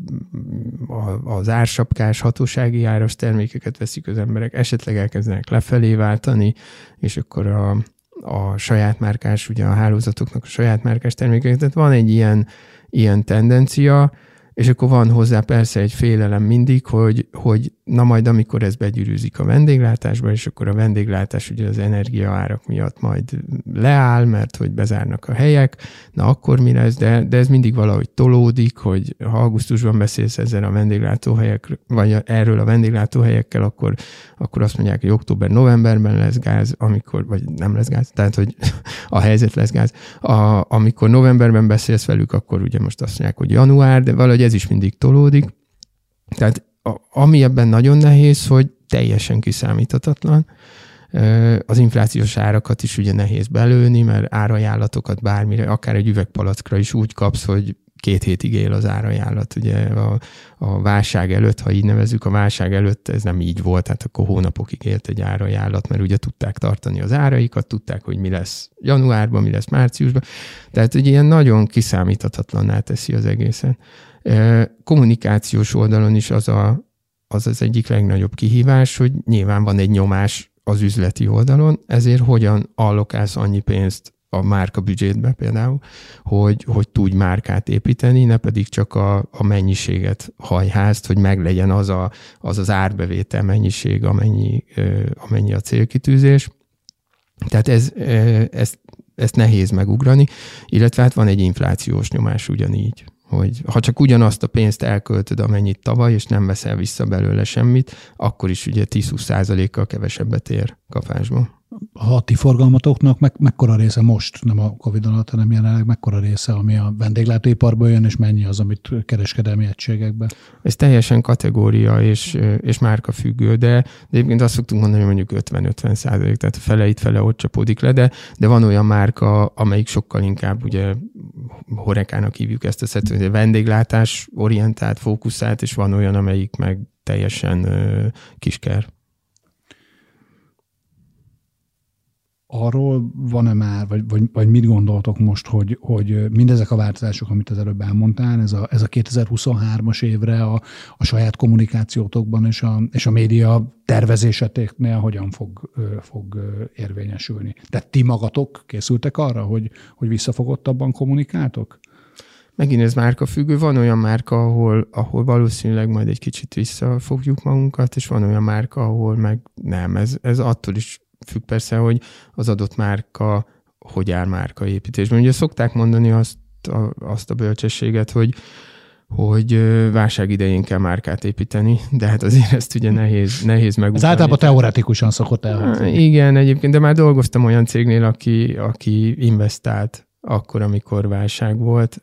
az ársapkás, hatósági áras termékeket veszik az emberek, esetleg elkezdenek lefelé váltani, és akkor a, a saját márkás, ugye a hálózatoknak a saját márkás termékeket, tehát van egy ilyen, ilyen tendencia, és akkor van hozzá persze egy félelem mindig, hogy, hogy na majd amikor ez begyűrűzik a vendéglátásba, és akkor a vendéglátás ugye az energiaárak miatt majd leáll, mert hogy bezárnak a helyek, na akkor mi lesz, de, de ez mindig valahogy tolódik, hogy ha augusztusban beszélsz ezzel a vendéglátóhelyekről, vagy erről a vendéglátóhelyekkel, akkor, akkor azt mondják, hogy október-novemberben lesz gáz, amikor, vagy nem lesz gáz, tehát hogy a helyzet lesz gáz. A, amikor novemberben beszélsz velük, akkor ugye most azt mondják, hogy január, de valahogy ez is mindig tolódik. Tehát a, ami ebben nagyon nehéz, hogy teljesen kiszámíthatatlan. Az inflációs árakat is ugye nehéz belőni, mert árajánlatokat bármire, akár egy üvegpalackra is úgy kapsz, hogy két hétig él az árajánlat. Ugye a, a válság előtt, ha így nevezzük, a válság előtt ez nem így volt, tehát akkor hónapokig élt egy árajánlat, mert ugye tudták tartani az áraikat, tudták, hogy mi lesz januárban, mi lesz márciusban. Tehát ugye ilyen nagyon kiszámíthatatlanná teszi az egészen. Kommunikációs oldalon is az, a, az az egyik legnagyobb kihívás, hogy nyilván van egy nyomás az üzleti oldalon, ezért hogyan allokálsz annyi pénzt a márka büdzsétbe például, hogy, hogy tudj márkát építeni, ne pedig csak a, a mennyiséget hajházt, hogy meglegyen az, a, az az árbevétel mennyiség, amennyi, amennyi a célkitűzés. Tehát ez, ez, ezt nehéz megugrani, illetve hát van egy inflációs nyomás ugyanígy, hogy ha csak ugyanazt a pénzt elköltöd, amennyit tavaly, és nem veszel vissza belőle semmit, akkor is ugye tíz-húsz százalékkal kevesebbet ér kapásban. Ha a ti forgalmatoknak meg, mekkora része most, nem a Covid alatt, hanem jelenleg mekkora része, ami a vendéglátóiparból jön, és mennyi az, amit kereskedelmi egységekben? Ez teljesen kategória és, és márka függő, de, de egyébként azt szoktunk mondani, hogy mondjuk ötven-ötven százalék, tehát fele itt, fele ott csapódik le, de, de van olyan márka, amelyik sokkal inkább ugye horekának hívjuk ezt a szetet, hogy vendéglátás orientált, fókuszált, és van olyan, amelyik meg teljesen uh, kisker. arról van-e már, vagy, vagy, vagy mit gondoltok most, hogy, hogy mindezek a változások, amit az előbb elmondtál, ez a, ez a kétezer-huszonhármas évre a, a saját kommunikációtokban és a, és a média tervezéseteknél hogyan fog, fog érvényesülni? Tehát ti magatok készültek arra, hogy, hogy visszafogottabban kommunikáltok? Megint ez márka függő. Van olyan márka, ahol, ahol valószínűleg majd egy kicsit visszafogjuk magunkat, és van olyan márka, ahol meg nem. Ez, ez attól is függ persze, hogy az adott márka hogy áll márkaépítésben. Ugye szokták mondani azt a, azt a bölcsességet, hogy, hogy válság idején kell márkát építeni, de hát azért ezt ugye nehéz, nehéz megugrani. Ez általában teoretikusan szokott elhangzni. Igen, egyébként, de már dolgoztam olyan cégnél, aki, aki investált akkor, amikor válság volt,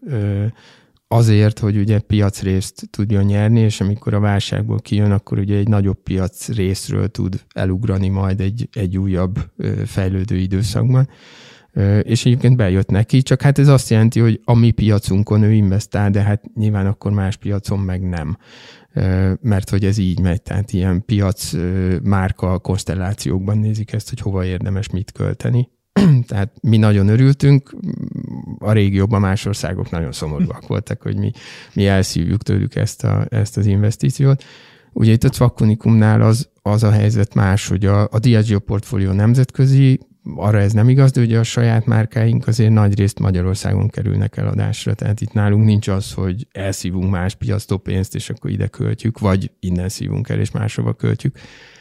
azért, hogy ugye piacrészt tudjon nyerni, és amikor a válságból kijön, akkor ugye egy nagyobb piacrészről tud elugrani majd egy, egy újabb fejlődő időszakban. És egyébként bejött neki, csak hát ez azt jelenti, hogy a mi piacunkon ő investál, de hát nyilván akkor más piacon meg nem. Mert hogy ez így megy, tehát ilyen piac márka konstellációkban nézik ezt, hogy hova érdemes mit költeni. Tehát mi nagyon örültünk, a régióban más országok nagyon szomorúak voltak, hogy mi, mi elszívjuk tőlük ezt, a, ezt az investíciót. Ugye itt a Cvakonikumnál az, az a helyzet más, hogy a, a Diageo portfólió nemzetközi, arra ez nem igaz, de ugye a saját márkáink azért nagy részt Magyarországon kerülnek eladásra. Tehát itt nálunk nincs az, hogy elszívunk más piactól pénzt, és akkor ide költjük, vagy innen szívunk el, és máshova költjük.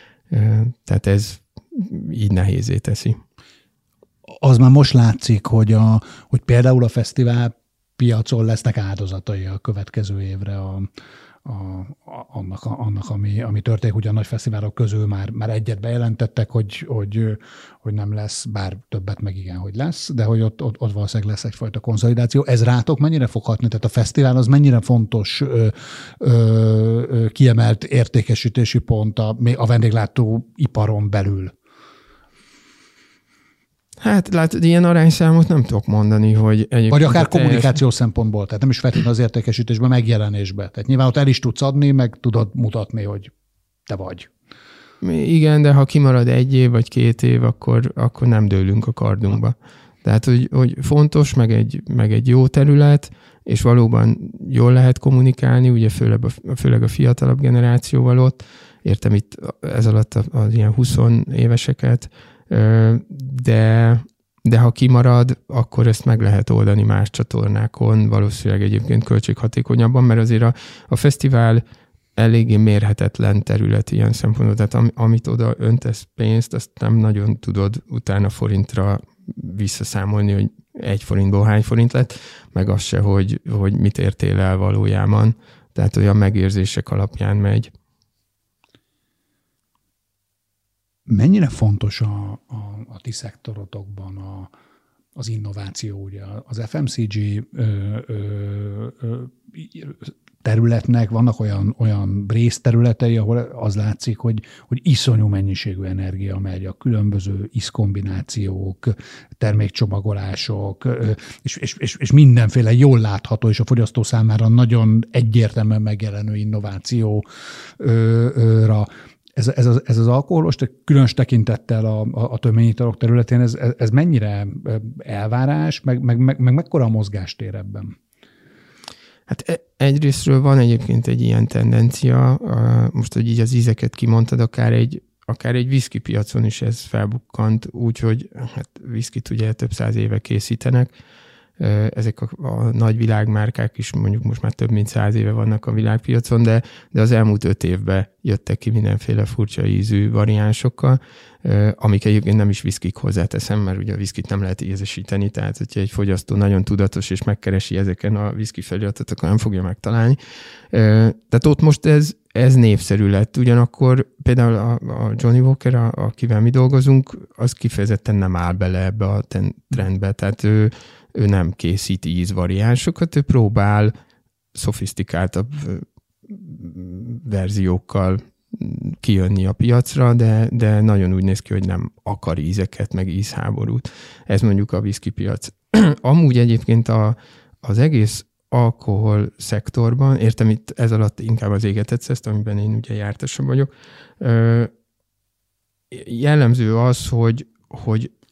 Tehát ez így nehézé teszi. Az már most látszik, hogy, a, hogy például a fesztivál piacon lesznek áldozatai a következő évre a, a, a, annak, a, annak ami, ami történik. Ugye a nagy fesztiválok közül már, már egyet bejelentettek, hogy, hogy, hogy nem lesz, bár többet meg igen, hogy lesz, de hogy ott, ott, ott valószínűleg lesz egyfajta konszolidáció. Ez rátok mennyire fog hatni? Tehát a fesztivál az mennyire fontos ö, ö, kiemelt értékesítési pont a, a vendéglátó iparon belül? Hát látod, ilyen arányszámot nem tudok mondani, hogy egyébként... Vagy akár teljes... kommunikációs szempontból, tehát nem is feltétlenül az értékesítésben, megjelenésbe. Tehát nyilván ott el is tudsz adni, meg tudod mutatni, hogy te vagy. Igen, de ha kimarad egy év vagy két év, akkor, akkor nem dőlünk a kardunkba. Tehát, hogy, hogy fontos, meg egy, meg egy jó terület, és valóban jól lehet kommunikálni, ugye főleg a, főleg a fiatalabb generációval ott. Értem itt ez alatt az ilyen húsz éveseket, de, de ha kimarad, akkor ezt meg lehet oldani más csatornákon, valószínűleg egyébként költséghatékonyabban, mert azért a, a fesztivál eléggé mérhetetlen terület ilyen szempontból, tehát am, amit oda öntesz pénzt, azt nem nagyon tudod utána forintra visszaszámolni, hogy egy forintból hány forint lett, meg az se, hogy, hogy mit értél el valójában, tehát olyan megérzések alapján megy. Mennyire fontos a, a, a ti szektorotokban a, az innováció? Ugye az ef em cé gé ö, ö, ö, területnek vannak olyan, olyan részterületei, ahol az látszik, hogy, hogy iszonyú mennyiségű energia megy, a különböző ízkombinációk, termékcsomagolások, és, és, és, és mindenféle jól látható, és a fogyasztó számára nagyon egyértelműen megjelenő innovációra. Ez, ez, az, ez az alkoholos, különös tekintettel a, a, a töményitalok területén, ez, ez mennyire elvárás, meg, meg, meg, meg mekkora a mozgástér ebben? Hát egyrésztről van egyébként egy ilyen tendencia, most, hogy így az ízeket kimondtad, akár egy, akár egy whisky piacon is ez felbukkant, úgyhogy hát whiskyt ugye több száz éve készítenek. Ezek a, a nagy világmárkák is mondjuk most már több mint száz éve vannak a világpiacon, de, de az elmúlt öt évben jöttek ki mindenféle furcsa ízű variánsokkal, amik egyébként nem is viszkik, hozzáteszem, mert ugye a viszkit nem lehet ízesíteni, tehát hogyha egy fogyasztó nagyon tudatos és megkeresi ezeken a viszki feliratot, akkor nem fogja megtalálni. Tehát ott most ez, ez népszerű lett. Ugyanakkor például a, a Johnnie Walker, a, akivel mi dolgozunk, az kifejezetten nem áll bele ebbe a trendbe, tehát ő ő nem készít ízvariánsokat, ő próbál szofisztikáltabb verziókkal kijönni a piacra, de, de nagyon úgy néz ki, hogy nem akar ízeket, meg ízháborút. Ez mondjuk a whisky piac. Amúgy egyébként a, az egész alkohol szektorban, értem itt ez alatt inkább az égetett szeszt, amiben én ugye jártasabb vagyok, jellemző az, hogy, hogy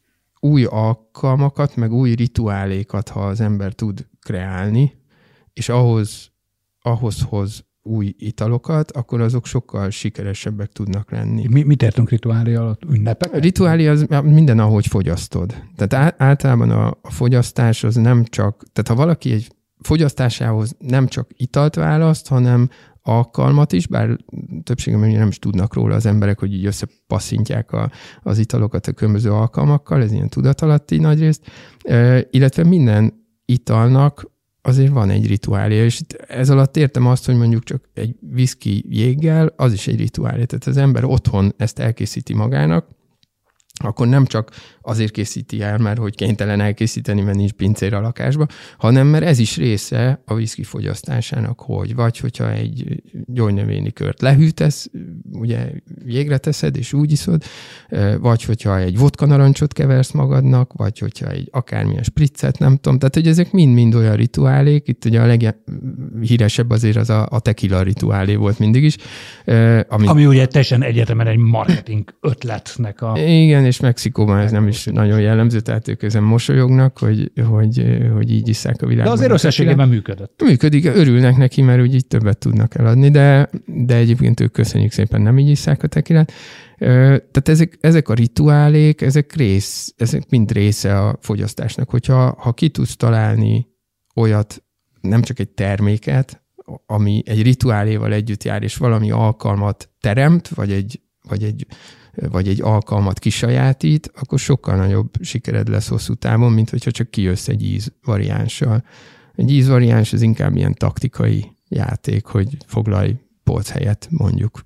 új alkalmakat, meg új rituálékat, ha az ember tud kreálni, és ahhoz, ahhoz hoz új italokat, akkor azok sokkal sikeresebbek tudnak lenni. Mi, mit értünk rituálé alatt? Ünnepek? A rituálé az minden, ahogy fogyasztod. Tehát általában a, a fogyasztás az nem csak, tehát ha valaki egy fogyasztásához nem csak italt választ, hanem alkalmat is, bár többségben nem is tudnak róla az emberek, hogy így összepasszintják a, az italokat a különböző alkalmakkal, ez ilyen tudatalatti nagyrészt, e, illetve minden italnak azért van egy rituálja, és ez alatt értem azt, hogy mondjuk csak egy viszki jéggel, az is egy rituálja. Tehát az ember otthon ezt elkészíti magának, akkor nem csak azért készíti el, mert hogy kénytelen elkészíteni, mert nincs pincér a lakásba, hanem mert ez is része a viszki fogyasztásának, hogy vagy, hogyha egy gyógynövényi kört lehűtesz, ugye jégre teszed, és úgy iszod, vagy, hogyha egy vodka narancsot keversz magadnak, vagy, hogyha egy akármilyen spriccet, nem tudom. Tehát, hogy ezek mind-mind olyan rituálék, itt ugye a leghíresebb azért az a, a tequila rituálé volt mindig is. Ami, ami ugye teljesen egyetemen egy marketing ötletnek a... Igen, és Mexikóban ez nem is nagyon jellemző, tehát ők ezen mosolyognak, hogy, hogy, hogy így isszák a világban. De azért összességében működött. Működik, örülnek neki, mert úgy így többet tudnak eladni, de, de egyébként ők köszönjük szépen nem így isszák a tekilát. Tehát ezek, ezek a rituálék, ezek, rész, ezek mind része a fogyasztásnak. Hogyha ha ki tudsz találni olyat, nem csak egy terméket, ami egy rituáléval együtt jár, és valami alkalmat teremt, vagy egy, vagy egy vagy egy alkalmat kisajátít, akkor sokkal nagyobb sikered lesz hosszú távon, mint hogyha csak kijössz egy ízvariánssal. Egy ízvariáns az inkább ilyen taktikai játék, hogy foglalj polchelyet, mondjuk.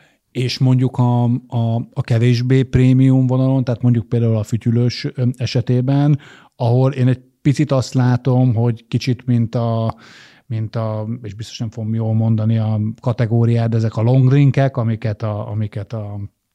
És mondjuk a, a, a kevésbé prémium vonalon, tehát mondjuk például a fütyülős esetében, ahol én egy picit azt látom, hogy kicsit mint a mint a, és biztos nem fogom jól mondani a kategóriát, de ezek a long drinkek, amiket a, amiket a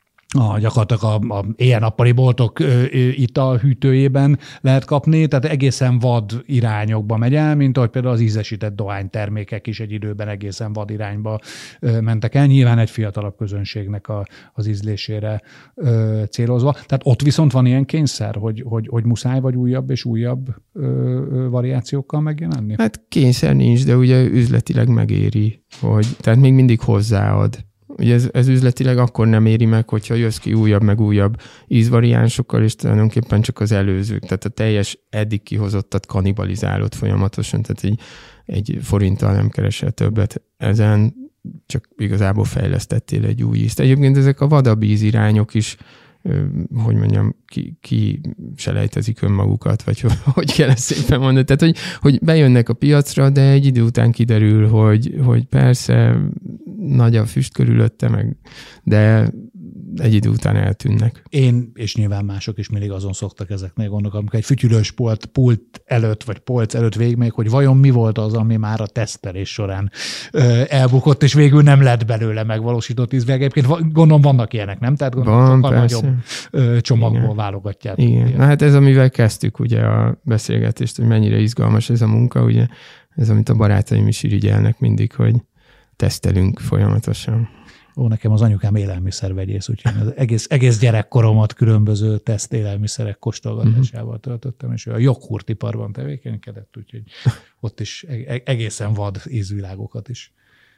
A, gyakorlatilag a, a éjjel-nappali boltok italhűtőjében lehet kapni, tehát egészen vad irányokba megy el, mint ahogy például az ízesített dohánytermékek is egy időben egészen vad irányba ö, mentek el, nyilván egy fiatalabb közönségnek a, az ízlésére ö, célozva. Tehát ott viszont van ilyen kényszer, hogy, hogy, hogy muszáj vagy újabb és újabb ö, ö, variációkkal megjelenni? Hát kényszer nincs, de ugye üzletileg megéri, hogy, tehát még mindig hozzáad. Ugye ez, ez üzletileg akkor nem éri meg, hogyha jössz ki újabb, meg újabb ízvariánsokkal, és tulajdonképpen csak az előzők. Tehát a teljes eddig kihozottat kannibalizálod folyamatosan, tehát egy, egy forinttal nem keresel többet ezen, csak igazából fejlesztettél egy új ízt. Egyébként ezek a vadabb ízirányok is, hogy mondjam, ki, ki selejtezik önmagukat, vagy hogy kell ezt szépen mondani. Tehát, hogy, hogy bejönnek a piacra, de egy idő után kiderül, hogy, hogy persze nagy a füst körülötte, meg, de egy idő után eltűnnek. Én, és nyilván mások is mindig azon szoktak ezeknél gondolni, amikor egy fütyülős pult, pult előtt, vagy polc előtt végig, hogy vajon mi volt az, ami már a tesztelés során ö, elbukott, és végül nem lett belőle megvalósított ízvel. Egyébként gondolom vannak ilyenek, nem? Tehát gondolom sokkal nagyobb ö, csomagból igen. válogatják. Igen. Na hát ez, amivel kezdtük ugye a beszélgetést, hogy mennyire izgalmas ez a munka, ugye ez, amit a barátaim is irigyelnek mindig, hogy tesztelünk folyamatosan. Ó, nekem az anyukám élelmiszervegyész, úgyhogy az egész, egész gyerekkoromat különböző teszt élelmiszerek kóstolgatásával töltöttem, és ő a joghurtiparban tevékenykedett, úgyhogy ott is egészen vad ízvilágokat is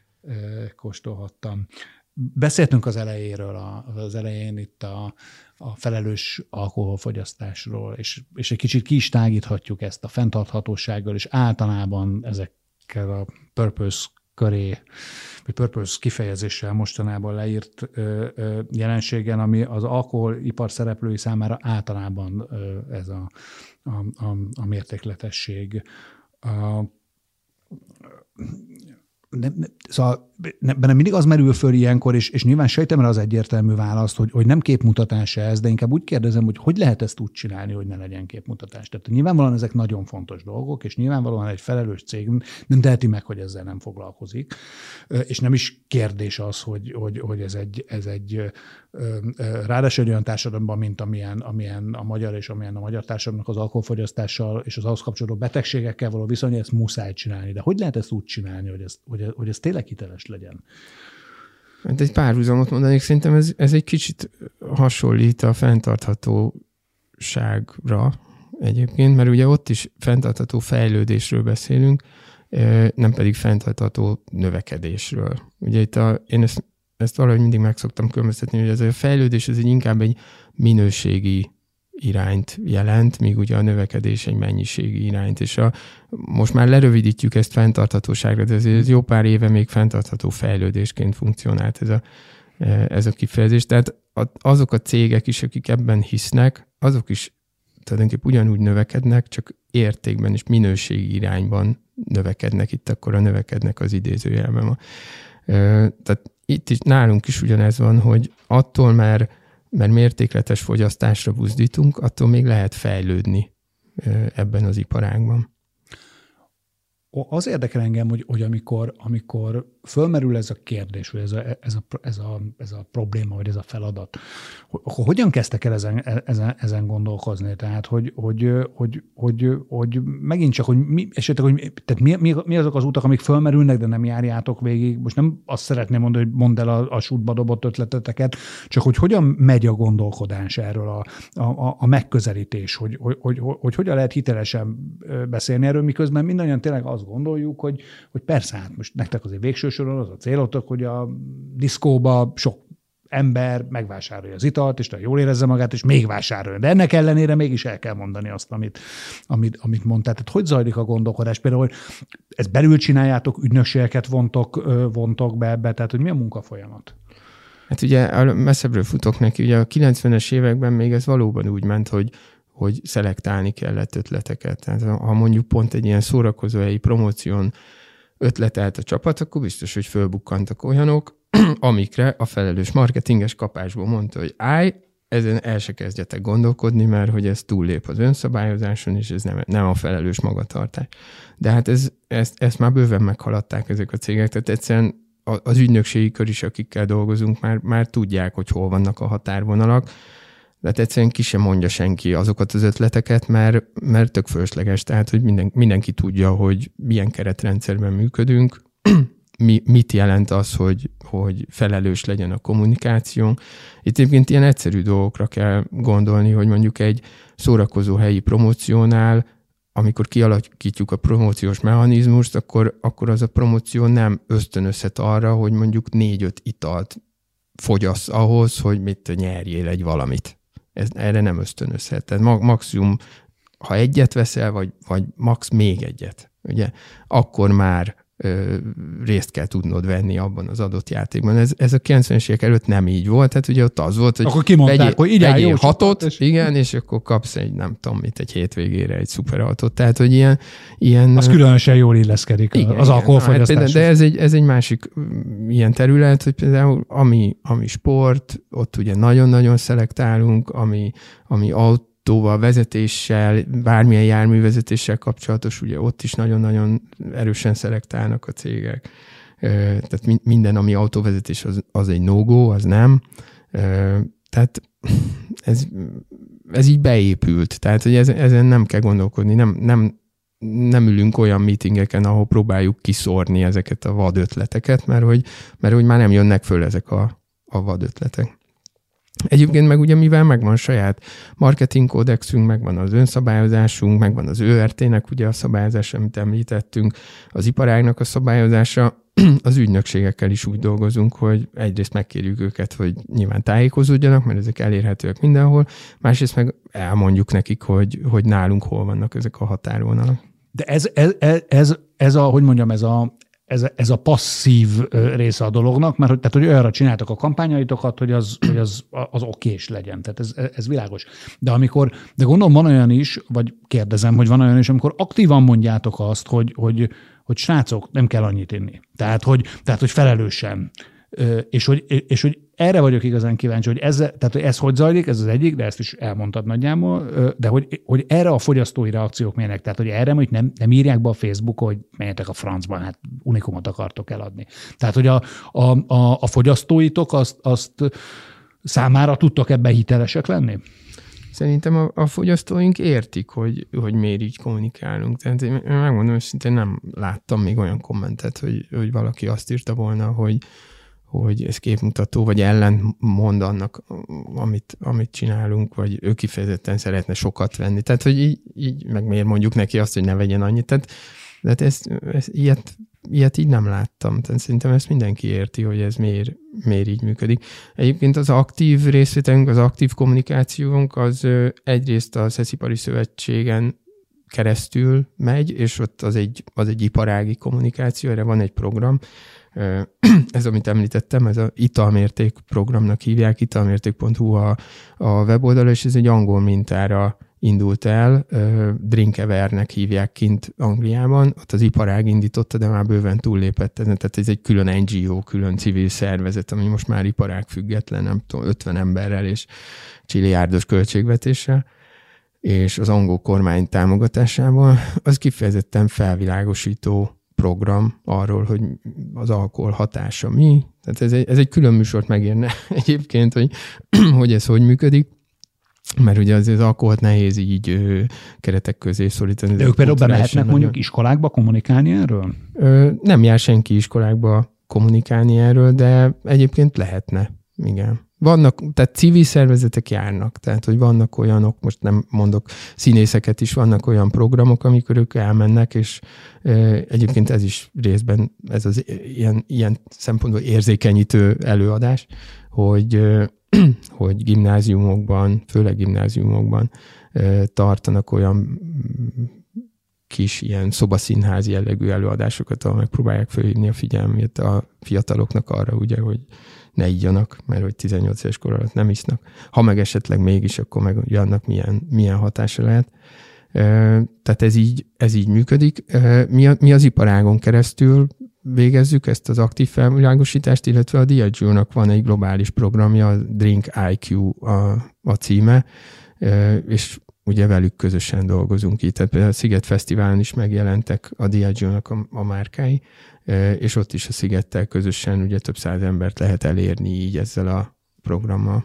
kóstolhattam. Beszéltünk az elejéről, az elején itt a, a felelős alkoholfogyasztásról, és, és egy kicsit ki is tágíthatjuk ezt a fenntarthatósággal, és általában ezekkel a purpose köré, vagy purpose kifejezéssel mostanában leírt ö, ö, jelenségen, ami az alkoholipar szereplői számára általában ö, ez a, a, a, a mértékletesség. A, nem, nem, szóval bennem mindig az merül föl ilyenkor, és, és nyilván sejtem rá az egyértelmű választ, hogy, hogy nem képmutatás ez, de inkább úgy kérdezem, hogy hogy lehet ezt úgy csinálni, hogy ne legyen képmutatás. Tehát nyilvánvalóan ezek nagyon fontos dolgok, és nyilvánvalóan egy felelős cég nem teheti meg, hogy ezzel nem foglalkozik. És nem is kérdés az, hogy, hogy, hogy ez egy, ez egy ráadásul egy olyan társadalomban, mint amilyen, amilyen a magyar és amilyen a magyar társadalomnak az alkoholfogyasztással és az ahhoz kapcsolódó betegségekkel való viszony, ezt muszáj csinálni. De hogy lehet ezt úgy csinálni, hogy ez, hogy, hogy ez tényleg hiteles legyen? Hát egy párhuzamot mondanék, szerintem ez, ez egy kicsit hasonlít a fenntartható gazdaságra egyébként, mert ugye ott is fenntartható fejlődésről beszélünk, nem pedig fenntartható növekedésről. Ugye itt a, én ezt, ezt valahogy mindig meg szoktam különböztetni, hogy ez a fejlődés ez egy inkább egy minőségi irányt jelent, míg ugye a növekedés egy mennyiségi irányt, és a, most már lerövidítjük ezt fenntarthatóságra, de ez jó pár éve még fenntartható fejlődésként funkcionált ez a, ez a kifejezés. Tehát azok a cégek is, akik ebben hisznek, azok is tulajdonképpen ugyanúgy növekednek, csak értékben és minőségi irányban növekednek, itt akkor a növekednek az idézőjelben. Tehát itt is, nálunk is ugyanez van, hogy attól már mert mértékletes fogyasztásra buzdítunk, attól még lehet fejlődni ebben az iparágban. Az érdekel engem, hogy, hogy amikor, amikor fölmerül ez a kérdés, vagy ez a, ez, a, ez, a, ez a probléma, vagy ez a feladat, akkor hogyan kezdtek el ezen, ezen, ezen gondolkozni? Tehát, hogy, hogy, hogy, hogy, hogy megint csak, hogy mi, esetleg, hogy, tehát mi, mi, mi azok az utak, amik fölmerülnek, de nem járjátok végig? Most nem azt szeretném mondani, hogy mondd el a, a sútba dobott ötleteteket, csak hogy hogyan megy a gondolkodás erről, a, a, a megközelítés, hogy, hogy, hogy, hogy, hogy hogyan lehet hitelesen beszélni erről, miközben mindannyian tényleg azt gondoljuk, hogy, hogy persze, hát most nektek azért végső soron az a célotok, hogy a diszkóba sok ember megvásárolja az italt, és jól érezze magát, és még vásárolja. De ennek ellenére mégis el kell mondani azt, amit, amit, amit mondtál. Tehát hogy zajlik a gondolkodás? Például, hogy ezt belül csináljátok, ügynökségeket vontok, vontok be ebbe, tehát hogy mi a munkafolyamat? Hát ugye messzebbről futok neki, ugye a kilencvenes években még ez valóban úgy ment, hogy hogy szelektálni kellett ötleteket. Tehát ha mondjuk pont egy ilyen szórakozóhelyi promóción ötletelt a csapat, akkor biztos, hogy fölbukkantak olyanok, amikre a felelős marketinges kapásból mondta, hogy állj, ezen el se kezdjetek gondolkodni, mert hogy ez túllép az önszabályozáson, és ez nem, nem a felelős magatartás. De hát ez, ezt, ezt már bőven meghaladták ezek a cégek, tehát egyszerűen az ügynökségi kör is, akikkel dolgozunk, már, már tudják, hogy hol vannak a határvonalak, de hát egyszerűen ki sem mondja senki azokat az ötleteket, mert, mert tök fölösleges, tehát hogy minden, mindenki tudja, hogy milyen keretrendszerben működünk, mi, mit jelent az, hogy, hogy felelős legyen a kommunikáció. Itt egyébként ilyen egyszerű dolgokra kell gondolni, hogy mondjuk egy szórakozó helyi promóciónál, amikor kialakítjuk a promóciós mechanizmust, akkor, akkor az a promóció nem ösztönözhet arra, hogy mondjuk négy-öt italt fogyasz ahhoz, hogy mit nyerjél egy valamit. Ez, erre nem ösztönözhet. Tehát maximum, ha egyet veszel, vagy, vagy max még egyet, ugye, akkor már ö, részt kell tudnod venni abban az adott játékban. Ez, ez a kilencvenes évek előtt nem így volt, tehát ugye ott az volt, hogy akkor kimondták, vegyél, hogy így áll, jó hatot, és... igen, és akkor kapsz egy, nem tudom mit, egy hétvégére egy szuperautót. Tehát, hogy ilyen... ilyen az különösen jól illeszkedik igen, az alkoholfogyasztáshoz. Hát de ez egy, ez egy másik ilyen terület, hogy például ami, ami sport, ott ugye nagyon-nagyon szelektálunk, ami, ami autó, autóval, vezetéssel, bármilyen járművezetéssel kapcsolatos, ugye ott is nagyon-nagyon erősen szelektálnak a cégek. Tehát minden, ami autóvezetés, az, az egy no-go, az nem. Tehát ez, ez így beépült. Tehát, hogy ezen nem kell gondolkodni. Nem, nem, nem ülünk olyan meetingeken, ahol próbáljuk kiszórni ezeket a vad ötleteket, mert hogy, mert hogy már nem jönnek föl ezek a, a vad ötletek. Egyébként meg ugye mivel megvan saját marketingkódexünk, megvan az önszabályozásunk, megvan az ö er té-nek ugye a szabályozás, amit említettünk, az iparágnak a szabályozása, az ügynökségekkel is úgy dolgozunk, hogy egyrészt megkérjük őket, hogy nyilván tájékozódjanak, mert ezek elérhetőek mindenhol, másrészt meg elmondjuk nekik, hogy, hogy nálunk hol vannak ezek a határvonalak. De ez, ez, ez, ez, ez a, hogy mondjam, ez a Ez, ez a passzív része a dolognak, mert tehát, hogy olyanra csináltak a kampányaitokat, hogy az, hogy az, az okés legyen. Tehát ez, ez világos. De amikor, de gondolom van olyan is, vagy kérdezem, hogy van olyan is, amikor aktívan mondjátok azt, hogy, hogy, hogy srácok, nem kell annyit inni. Tehát, hogy, tehát, hogy felelősen. És hogy, és hogy erre vagyok igazán kíváncsi, hogy ez, tehát, hogy ez hogy zajlik, ez az egyik, de ezt is elmondtad nagyjából, de hogy, hogy erre a fogyasztói reakciók milyenek, tehát hogy erre hogy nem, nem írják be a Facebookon, hogy menjetek a francban, hát unikumot akartok eladni. Tehát, hogy a, a, a, a fogyasztóitok azt, azt számára tudtok ebben hitelesek lenni? Szerintem a, a fogyasztóink értik, hogy, hogy miért így kommunikálunk. Tehát én megmondom, hogy szintén nem láttam még olyan kommentet, hogy, hogy valaki azt írta volna, hogy hogy ez képmutató, vagy ellentmond annak, amit, amit csinálunk, vagy ő kifejezetten szeretne sokat venni. Tehát, hogy így, így meg miért mondjuk neki azt, hogy ne vegyen annyit. Tehát, tehát ezt, ezt, ilyet, ilyet így nem láttam. Tehát szerintem ezt mindenki érti, hogy ez miért, miért így működik. Egyébként az aktív részvételünk, az aktív kommunikációnk az egyrészt a Szeszipari Szövetségen keresztül megy, és ott az egy, az egy iparági kommunikáció, erre van egy program. Ez, amit említettem, ez a italmérték programnak hívják, italmérték pont hu a, a weboldal, és ez egy angol mintára indult el, Drinkevernek hívják kint Angliában, ott az iparág indította, de már bőven túllépett, tehát ez egy külön en gé o, külön civil szervezet, ami most már iparág független, nem tudom, ötven emberrel és csilliárdos költségvetéssel, és az angol kormány támogatásával, az kifejezetten felvilágosító program arról, hogy az alkohol hatása mi. Tehát ez egy, ez egy külön műsort megérne egyébként, hogy, hogy ez hogy működik, mert ugye az, az alkoholt nehéz így ö, keretek közé szorítani. De ők például bemehetnek nagyon... mondjuk iskolákba kommunikálni erről? Ö, nem jár senki iskolákba kommunikálni erről, de egyébként lehetne, igen. Vannak, tehát civil szervezetek járnak, tehát hogy vannak olyanok, most nem mondok színészeket is, vannak olyan programok, amikor ők elmennek, és e, egyébként ez is részben, ez az ilyen, ilyen szempontból érzékenyítő előadás, hogy, e, hogy gimnáziumokban, főleg gimnáziumokban e, tartanak olyan kis ilyen szobaszínházi jellegű előadásokat, ahol megpróbálják felhívni a figyelmét a fiataloknak arra, ugye, hogy ne igyanak, mert hogy tizennyolc éves kor alatt nem isznak. Ha meg esetleg mégis, akkor meg ugye annak milyen, milyen hatása lehet. Tehát ez így, ez így működik. Mi, a, mi az iparágon keresztül végezzük ezt az aktív felvilágosítást, illetve a Diageo-nak van egy globális programja, a Drink i Q a, a címe, és ugye velük közösen dolgozunk itt. Tehát például a Sziget Fesztiválon is megjelentek a Diageo-nak a, a márkái, és ott is a Szigettel közösen ugye több száz embert lehet elérni így ezzel a programmal.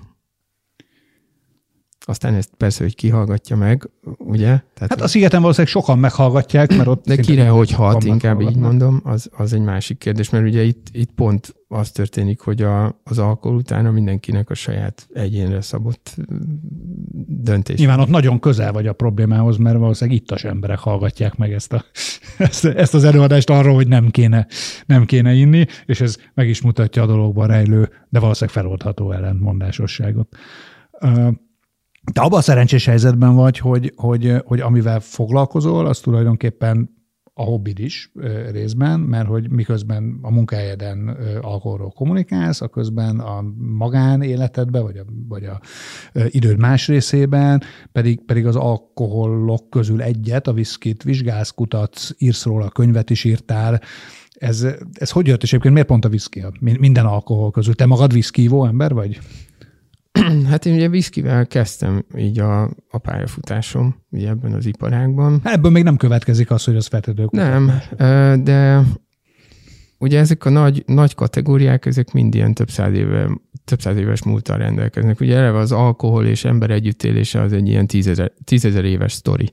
Aztán ezt persze, hogy kihallgatja meg, ugye? Tehát hát a Szigeten valószínűleg sokan meghallgatják, mert ott... De kire hogy hat, inkább így mondom, az, az egy másik kérdés, mert ugye itt, itt pont az történik, hogy a, az alkohol utána mindenkinek a saját egyénre szabott döntés. Nyilván ott nagyon közel vagy a problémához, mert valószínűleg ittas emberek hallgatják meg ezt, a, ezt, ezt az előadást arról, hogy nem kéne, nem kéne inni, és ez meg is mutatja a dologban rejlő, de valószínűleg feloldható ellentmondásosságot. Te abban a szerencsés helyzetben vagy, hogy, hogy, hogy amivel foglalkozol, az tulajdonképpen a hobbid is részben, mert hogy miközben a munkahelyeden alkoholról kommunikálsz, a közben a magánéletedben, vagy a, vagy a időd más részében, pedig, pedig az alkoholok közül egyet, a viszkit vizsgálsz, kutatsz, írsz róla, könyvet is írtál. Ez, ez hogy jött, és egyébként miért pont a viszki? Minden alkohol közül. Te magad viszkívó ember vagy? Hát én ugye viszkivel kezdtem így a, a pályafutásom ugye ebben az iparágban. Ebből még nem következik az, hogy az feltétlenül. Nem, de ugye ezek a nagy, nagy kategóriák, ezek mind ilyen több száz, éve, több száz éves múlttal rendelkeznek. Ugye eleve az alkohol és ember együttélése az egy ilyen tízezer, tízezer éves sztori.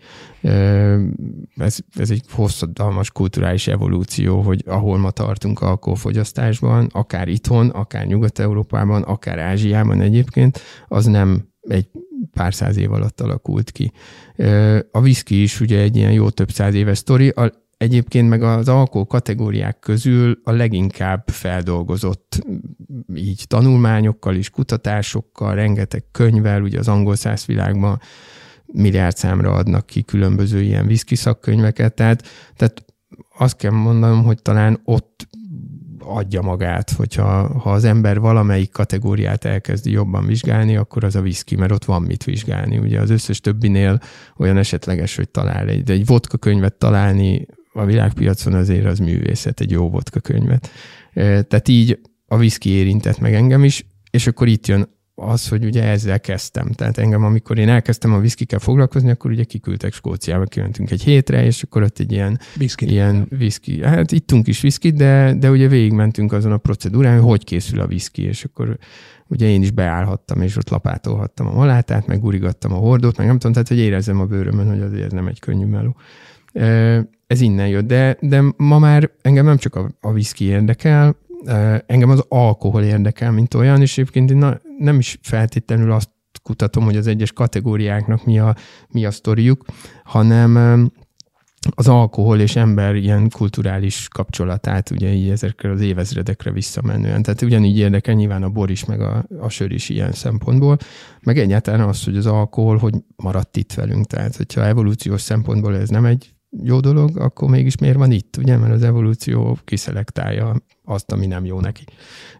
Ez, ez egy hosszadalmas kulturális evolúció, hogy ahol ma tartunk alkoholfogyasztásban, akár itthon, akár Nyugat-Európában, akár Ázsiában egyébként, az nem egy pár száz év alatt alakult ki. A viszki is ugye egy ilyen jó több száz éves sztori. A Egyébként meg az alkohol kategóriák közül a leginkább feldolgozott így tanulmányokkal és kutatásokkal, rengeteg könyvvel, ugye az angol száz világban milliárd számra adnak ki különböző ilyen viszki szakkönyveket, tehát, tehát azt kell mondanom, hogy talán ott adja magát, hogyha ha az ember valamelyik kategóriát elkezdi jobban vizsgálni, akkor az a viszki, mert ott van mit vizsgálni. Ugye az összes többinél olyan esetleges, hogy talál egy, de egy vodka könyvet találni a világpiacon azért az művészet, egy jó vodka könyvet. Tehát így a viszki érintett meg engem is, és akkor itt jön az, hogy ugye ezzel kezdtem. Tehát engem, amikor én elkezdtem a viszkikkel foglalkozni, akkor ugye kiküldtek Skóciába, kimentünk egy hétre, és akkor ott egy ilyen viszki. Ilyen viszki. Hát ittunk is viszkit, de, de ugye végigmentünk azon a procedúrán, hogy hogy készül a viszki, és akkor ugye én is beállhattam, és ott lapátolhattam a malátát, meg gurigattam a hordót, meg nem tudom, tehát hogy érezzem a bőrömön, hogy azért ez nem egy könnyű meló. Ez innen jött, de, de ma már engem nem csak a, a viszki érdekel, engem az alkohol érdekel, mint olyan, és egyébként na, nem is feltétlenül azt kutatom, hogy az egyes kategóriáknak mi a, mi a sztoriuk, hanem az alkohol és ember ilyen kulturális kapcsolatát, ugye így ezekre az évezredekre visszamenően. Tehát ugyanígy érdekel nyilván a bor is, meg a, a sör is ilyen szempontból, meg egyáltalán az, hogy az alkohol, hogy maradt itt velünk. Tehát, hogyha evolúciós szempontból ez nem egy jó dolog, akkor mégis miért van itt, ugye? Mert az evolúció kiszelektálja azt, ami nem jó neki.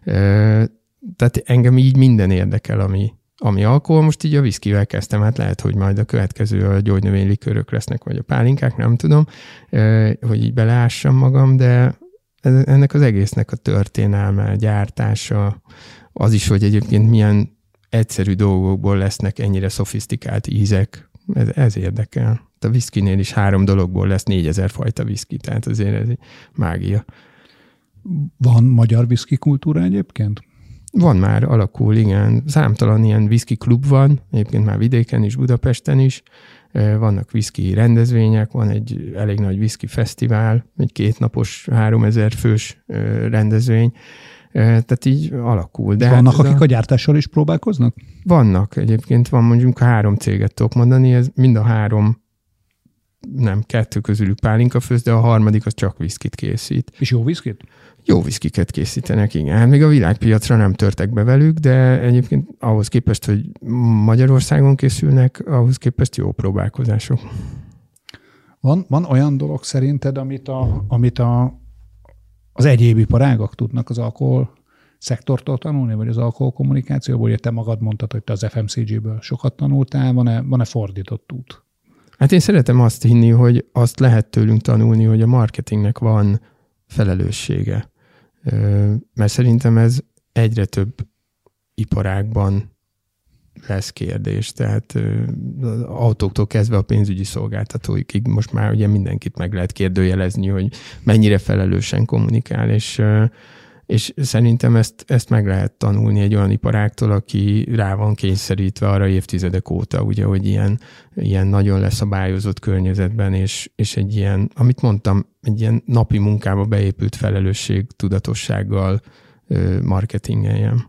Tehát engem így minden érdekel, ami, ami alkohol. Most így a viszkivel kezdtem, hát lehet, hogy majd a következő a gyógynövénylikőrök lesznek, vagy a pálinkák, nem tudom, hogy így beleássam magam, de ennek az egésznek a történelme, gyártása, az is, hogy egyébként milyen egyszerű dolgokból lesznek ennyire szofisztikált ízek, ez, ez érdekel. A viszkinél is három dologból lesz négyezer fajta viszki, tehát azért ez egy mágia. Van magyar viszki kultúra egyébként? Van már, alakul, igen. Számtalan ilyen viszki klub van, egyébként már vidéken is, Budapesten is. Vannak viszki rendezvények, van egy elég nagy viszki fesztivál, egy kétnapos, háromezer fős rendezvény. Tehát így alakul. De vannak, hát akik a... a gyártással is próbálkoznak? Vannak egyébként, van mondjuk három céget tudok mondani, ez mind a három, nem, kettő közülük pálinka főz, de a harmadik az csak viszkit készít. És jó viszkit? Jó viszkiket készítenek, igen. Hát még a világpiacra nem törtek be velük, de egyébként ahhoz képest, hogy Magyarországon készülnek, ahhoz képest jó próbálkozások. Van, van olyan dolog szerinted, amit, a, amit a, az egyéb iparágak tudnak az alkohol szektortól tanulni, vagy az alkohol kommunikációból? Ugye te magad mondtad, hogy te az ef em cé géből sokat tanultál, van-e, van-e fordított út? Hát én szeretem azt hinni, hogy azt lehet tőlünk tanulni, hogy a marketingnek van felelőssége. Mert szerintem ez egyre több iparágban lesz kérdés. Tehát az autóktól kezdve a pénzügyi szolgáltatóikig most már ugye mindenkit meg lehet kérdőjelezni, hogy mennyire felelősen kommunikál, és, és szerintem ezt, ezt meg lehet tanulni egy olyan iparágtól, aki rá van kényszerítve arra évtizedek óta, ugye, hogy ilyen, ilyen nagyon leszabályozott környezetben, és, és egy ilyen, amit mondtam, egy ilyen napi munkába beépült felelősség, tudatossággal marketingeljen.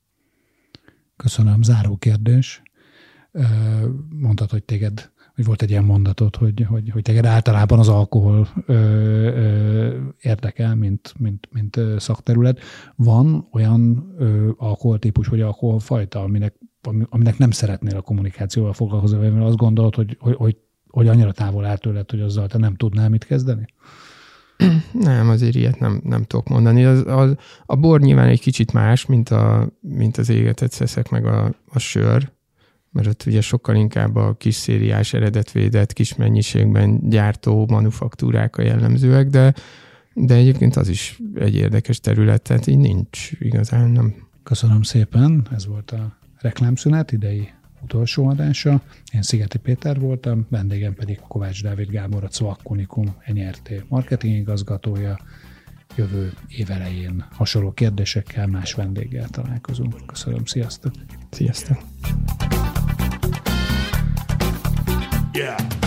Köszönöm. Záró kérdés. Mondtad, hogy téged, hogy volt egy ilyen mondatod, hogy, hogy, hogy téged általában az alkohol ö, ö, érdekel, mint, mint, mint szakterület. Van olyan ö, alkoholtípus, vagy alkoholfajta, aminek, aminek nem szeretnél a kommunikációval foglalkozni, mert azt gondolod, hogy, hogy, hogy, hogy annyira távol áll tőled, hogy azzal te nem tudnál mit kezdeni? Nem, azért ilyet nem, nem tudok mondani. Az, az, a bor nyilván egy kicsit más, mint, a, mint az égetett szeszek, meg a, a sör, mert ott ugye sokkal inkább a kis szériás, eredetvédett, kis mennyiségben gyártó manufaktúrák a jellemzőek, de, de egyébként az is egy érdekes terület, tehát így nincs igazán. Nem. Köszönöm szépen, ez volt a reklámszünet idei utolsó adása. Én Szigeti Péter voltam, vendégem pedig Kovács Dávid Gábor, a Coak Unikum en er té marketing igazgatója. Jövő év elején hasonló kérdésekkel, más vendéggel találkozunk. Köszönöm, sziasztok! Sziasztok! Yeah.